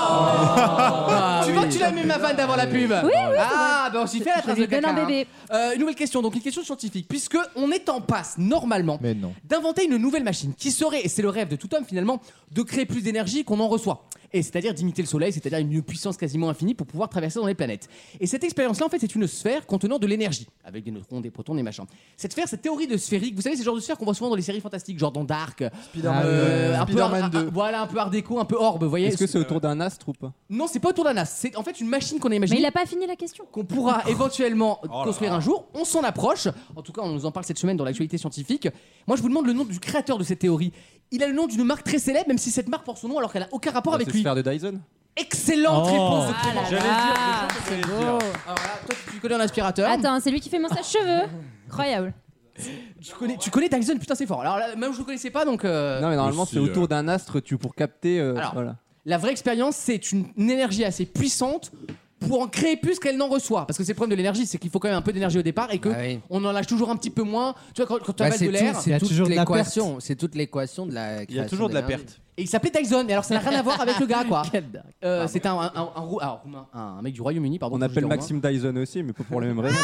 Speaker 2: Ah, tu vois que tu l'as mis ma vanne d'avant la pub.
Speaker 5: Oui, oui.
Speaker 2: Ah bah on s'y fait la
Speaker 5: Je
Speaker 2: trace de
Speaker 5: lui donne
Speaker 2: caca.
Speaker 5: un bébé.
Speaker 2: hein. Euh, une nouvelle question, donc une question scientifique, puisque on est en passe normalement
Speaker 11: Mais non.
Speaker 2: d'inventer une nouvelle machine qui serait, et c'est le rêve de tout homme finalement, de créer plus d'énergie qu'on en reçoit. Et c'est-à-dire d'imiter le soleil, c'est-à-dire une puissance quasiment infinie pour pouvoir traverser dans les planètes. Et cette expérience-là, en fait, c'est une sphère contenant de l'énergie, avec des neutrons, des protons, des machins. Cette sphère, cette théorie de sphérique, vous savez, c'est le genre de sphère qu'on voit souvent dans les séries fantastiques, genre dans Dark,
Speaker 8: Spider-Man,
Speaker 2: euh, un peu
Speaker 8: Spider-Man
Speaker 2: art-
Speaker 8: deux.
Speaker 2: voilà, un peu art déco, un peu orbe, vous voyez.
Speaker 8: Est-ce que c'est autour d'un astre ou pas?
Speaker 2: Non, c'est pas autour d'un as. C'est en fait une machine qu'on a
Speaker 5: Mais
Speaker 2: imaginée
Speaker 5: il a pas fini la question.
Speaker 2: qu'on pourra éventuellement
Speaker 8: Oh là
Speaker 2: construire
Speaker 8: là.
Speaker 2: un jour. On s'en approche. En tout cas, on nous en parle cette semaine dans l'actualité scientifique. Moi, je vous demande le nom du créateur de cette théorie. Il a le nom d'une marque très célèbre, même si cette marque porte son nom alors qu'elle a aucun rapport avec
Speaker 8: C'est
Speaker 2: lui.
Speaker 8: sphère de Dyson.
Speaker 2: Excellente
Speaker 3: Oh.
Speaker 2: réponse de
Speaker 5: Ah
Speaker 2: Clément.
Speaker 5: là
Speaker 7: J'allais
Speaker 5: là,
Speaker 7: dire,
Speaker 5: c'est
Speaker 7: j'allais
Speaker 5: beau.
Speaker 7: dire.
Speaker 2: Alors voilà, toi, tu connais un aspirateur.
Speaker 5: Attends, c'est lui qui fait mon sèche-cheveux. Incroyable.
Speaker 2: Tu connais, tu connais Dyson, putain, c'est fort. Alors là, même je le connaissais pas, donc. euh,
Speaker 8: Non, mais normalement,
Speaker 3: Aussi,
Speaker 8: c'est autour
Speaker 3: euh.
Speaker 8: d'un astre tu, pour capter. euh,
Speaker 2: Alors,
Speaker 8: voilà.
Speaker 2: La vraie expérience, c'est une, une énergie assez puissante pour en créer plus qu'elle n'en reçoit. Parce que c'est le problème de l'énergie, c'est qu'il faut quand même un peu d'énergie au départ et que
Speaker 4: Ah oui.
Speaker 2: on en lâche toujours un petit peu moins. Tu vois, quand, quand tu
Speaker 4: Bah,
Speaker 2: avales
Speaker 4: c'est
Speaker 2: de
Speaker 4: tout-
Speaker 2: l'air.
Speaker 11: Il y
Speaker 4: c'est
Speaker 11: a
Speaker 4: toute
Speaker 11: toujours de la
Speaker 4: l'équation. C'est toute l'équation de la.
Speaker 7: Il y a toujours de la
Speaker 4: création
Speaker 7: perte.
Speaker 2: Et il s'appelait Dyson. Et alors ça n'a rien à voir avec le gars, quoi.
Speaker 4: Quelle dingue.
Speaker 2: Euh, c'est un, un, un, un rou- alors, roumain, un mec du Royaume-Uni, pardon.
Speaker 8: On
Speaker 2: faut que je
Speaker 8: appelle
Speaker 2: dise
Speaker 8: Maxime Dyson aussi, mais pas pour les mêmes raisons.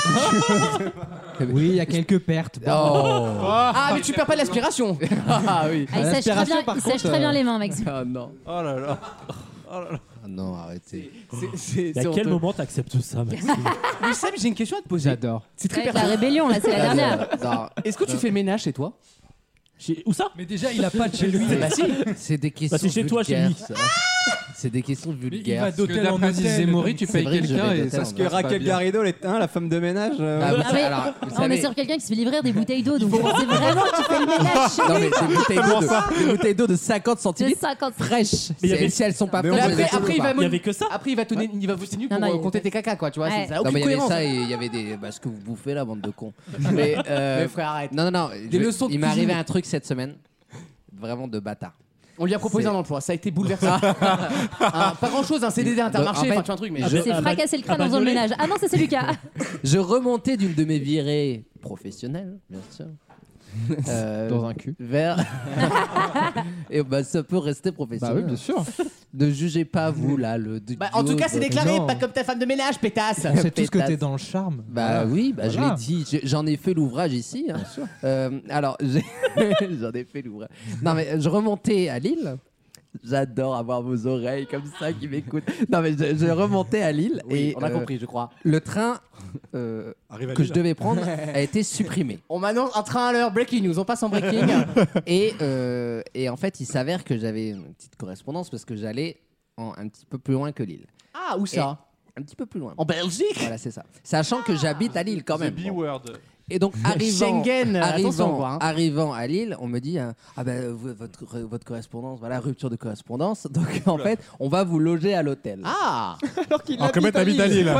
Speaker 11: Oui, il y a quelques pertes. Bon.
Speaker 2: roumain. Ah, mais tu perds pas de l'aspiration. Ah oui.
Speaker 5: Ah, il sèche très bien,
Speaker 11: par
Speaker 5: il sèche
Speaker 11: contre,
Speaker 5: très bien
Speaker 11: euh,
Speaker 5: les mains, Maxime.
Speaker 2: Ah non.
Speaker 7: Oh là là.
Speaker 4: Ah non, arrêtez.
Speaker 2: C'est- c'est-
Speaker 3: Et à
Speaker 2: c'est
Speaker 3: quel
Speaker 2: honteux.
Speaker 3: moment t'acceptes ça, Maxime?
Speaker 2: Mais Sam, j'ai une question à te poser.
Speaker 11: J'adore.
Speaker 2: C'est très
Speaker 5: Avec la
Speaker 2: personnel.
Speaker 5: rébellion, là, c'est la dernière.
Speaker 4: Non,
Speaker 2: Est-ce que tu fais le ménage chez toi?
Speaker 3: Chez- Où ça?
Speaker 9: Mais déjà, il a pas de chez lui.
Speaker 2: Bah si.
Speaker 4: c'est des questions.
Speaker 3: c'est chez toi, chez
Speaker 4: vulgaires,
Speaker 3: lui.
Speaker 4: ça. C'est des questions
Speaker 9: Il
Speaker 4: vulgaires.
Speaker 9: va
Speaker 6: Parce que
Speaker 9: d'hôtel en
Speaker 6: d'après
Speaker 9: hôtel.
Speaker 6: Aziz Zemmouri, tu
Speaker 4: C'est
Speaker 6: payes
Speaker 4: vrai que je
Speaker 6: quelqu'un
Speaker 4: vais
Speaker 6: et
Speaker 4: d'hôtel
Speaker 6: ça
Speaker 4: en
Speaker 8: Parce
Speaker 6: se
Speaker 8: que
Speaker 6: passe pas
Speaker 8: Raquel
Speaker 6: bien.
Speaker 8: Garrido, elle est hein, la femme de ménage. euh,
Speaker 4: Ah,
Speaker 2: bah,
Speaker 5: Ah, mais
Speaker 2: alors, vous
Speaker 5: on est
Speaker 2: savez-
Speaker 5: sur quelqu'un qui se fait livrer des bouteilles d'eau, donc c'est vraiment que tu fais le ménage chez
Speaker 4: Non,
Speaker 5: lui.
Speaker 4: mais des bouteilles d'eau de, des bouteilles d'eau de cinquante
Speaker 5: C'est
Speaker 4: centilitres
Speaker 5: cinquante.
Speaker 4: fraîches.
Speaker 3: Mais il y avait-
Speaker 4: Si elles sont pas
Speaker 8: Mais
Speaker 4: fraîches,
Speaker 2: Mais
Speaker 8: on
Speaker 4: je les
Speaker 2: après,
Speaker 4: achète
Speaker 2: après, il
Speaker 4: pas.
Speaker 2: va
Speaker 3: Il y avait que ça?
Speaker 2: Après, il va tenir, il va vous tenir
Speaker 5: Non,
Speaker 2: pour
Speaker 5: non,
Speaker 2: euh,
Speaker 5: il-
Speaker 2: compter tes caca, quoi. Tu vois,
Speaker 5: Ouais.
Speaker 2: c'est- ça a
Speaker 4: Non,
Speaker 2: aucune
Speaker 4: mais il y avait
Speaker 2: cohérence.
Speaker 4: ça et il y avait des. Bah, ce que vous bouffez là, bande de cons. Mais, euh,
Speaker 2: Mais frère, arrête.
Speaker 4: non, non, non.
Speaker 2: Des
Speaker 4: je-
Speaker 2: leçons de
Speaker 4: Il m'est
Speaker 2: cuisine.
Speaker 4: arrivé un truc cette semaine. Vraiment de bâtard.
Speaker 2: On lui a proposé
Speaker 4: C'est-
Speaker 2: un emploi, ça a été bouleversant. Un- pas grand chose, un C D D Intermarché,
Speaker 4: En fait-
Speaker 2: enfin tu vois un truc, mais.
Speaker 3: Je-
Speaker 5: C'est
Speaker 3: à
Speaker 5: fracasser le crâne
Speaker 3: à
Speaker 5: en faisant le
Speaker 3: Bagnolet.
Speaker 5: ménage. Ah non, ça c'est Lucas.
Speaker 4: Je remontais d'une de mes virées professionnel, bien sûr. Euh,
Speaker 11: Dans un cul.
Speaker 4: Vers. Et bah, ça peut rester professionnel.
Speaker 11: Bah oui, bien sûr.
Speaker 4: Ne jugez pas, vous, là, le.
Speaker 2: Bah, en tout cas, c'est déclaré,
Speaker 11: Non.
Speaker 2: pas comme ta femme de ménage, pétasse.
Speaker 11: On sait tous que
Speaker 4: Pétasse.
Speaker 11: t'es dans le charme.
Speaker 4: Bah
Speaker 11: Voilà.
Speaker 4: oui, bah, je
Speaker 11: Voilà.
Speaker 4: l'ai dit, J'ai- j'en ai fait l'ouvrage ici. hein. Euh, alors, j'ai- j'en ai fait l'ouvrage. Non, mais je remontais à Lille. J'adore avoir vos oreilles comme ça qui m'écoutent. Non, mais je, je remontais à Lille
Speaker 2: Oui,
Speaker 4: et
Speaker 2: on a
Speaker 4: euh,
Speaker 2: compris, je crois.
Speaker 4: le train euh,
Speaker 7: Arrive à
Speaker 4: que
Speaker 7: Lille.
Speaker 4: je devais prendre a été supprimé.
Speaker 2: On m'annonce un train à l'heure, breaking news, on passe en breaking.
Speaker 4: Et, euh, et en fait, il s'avère que j'avais une petite correspondance parce que j'allais en- un petit peu plus loin que Lille.
Speaker 2: Ah, où ça
Speaker 4: Un petit peu plus loin.
Speaker 2: En Belgique.
Speaker 4: Voilà, c'est ça. Sachant que j'habite à Lille quand
Speaker 7: The
Speaker 4: même.
Speaker 7: B
Speaker 4: Bon.
Speaker 7: word.
Speaker 4: Et donc, arrivant,
Speaker 2: Schengen, attention,
Speaker 4: arrivant,
Speaker 2: quoi, hein.
Speaker 4: arrivant à Lille, on me dit euh, ah ben vous- votre, votre correspondance, voilà, rupture de correspondance. Donc, en fait, on va vous loger à l'hôtel.
Speaker 2: Ah.
Speaker 11: Alors qu'il
Speaker 7: Alors, comment t'habites à Lille?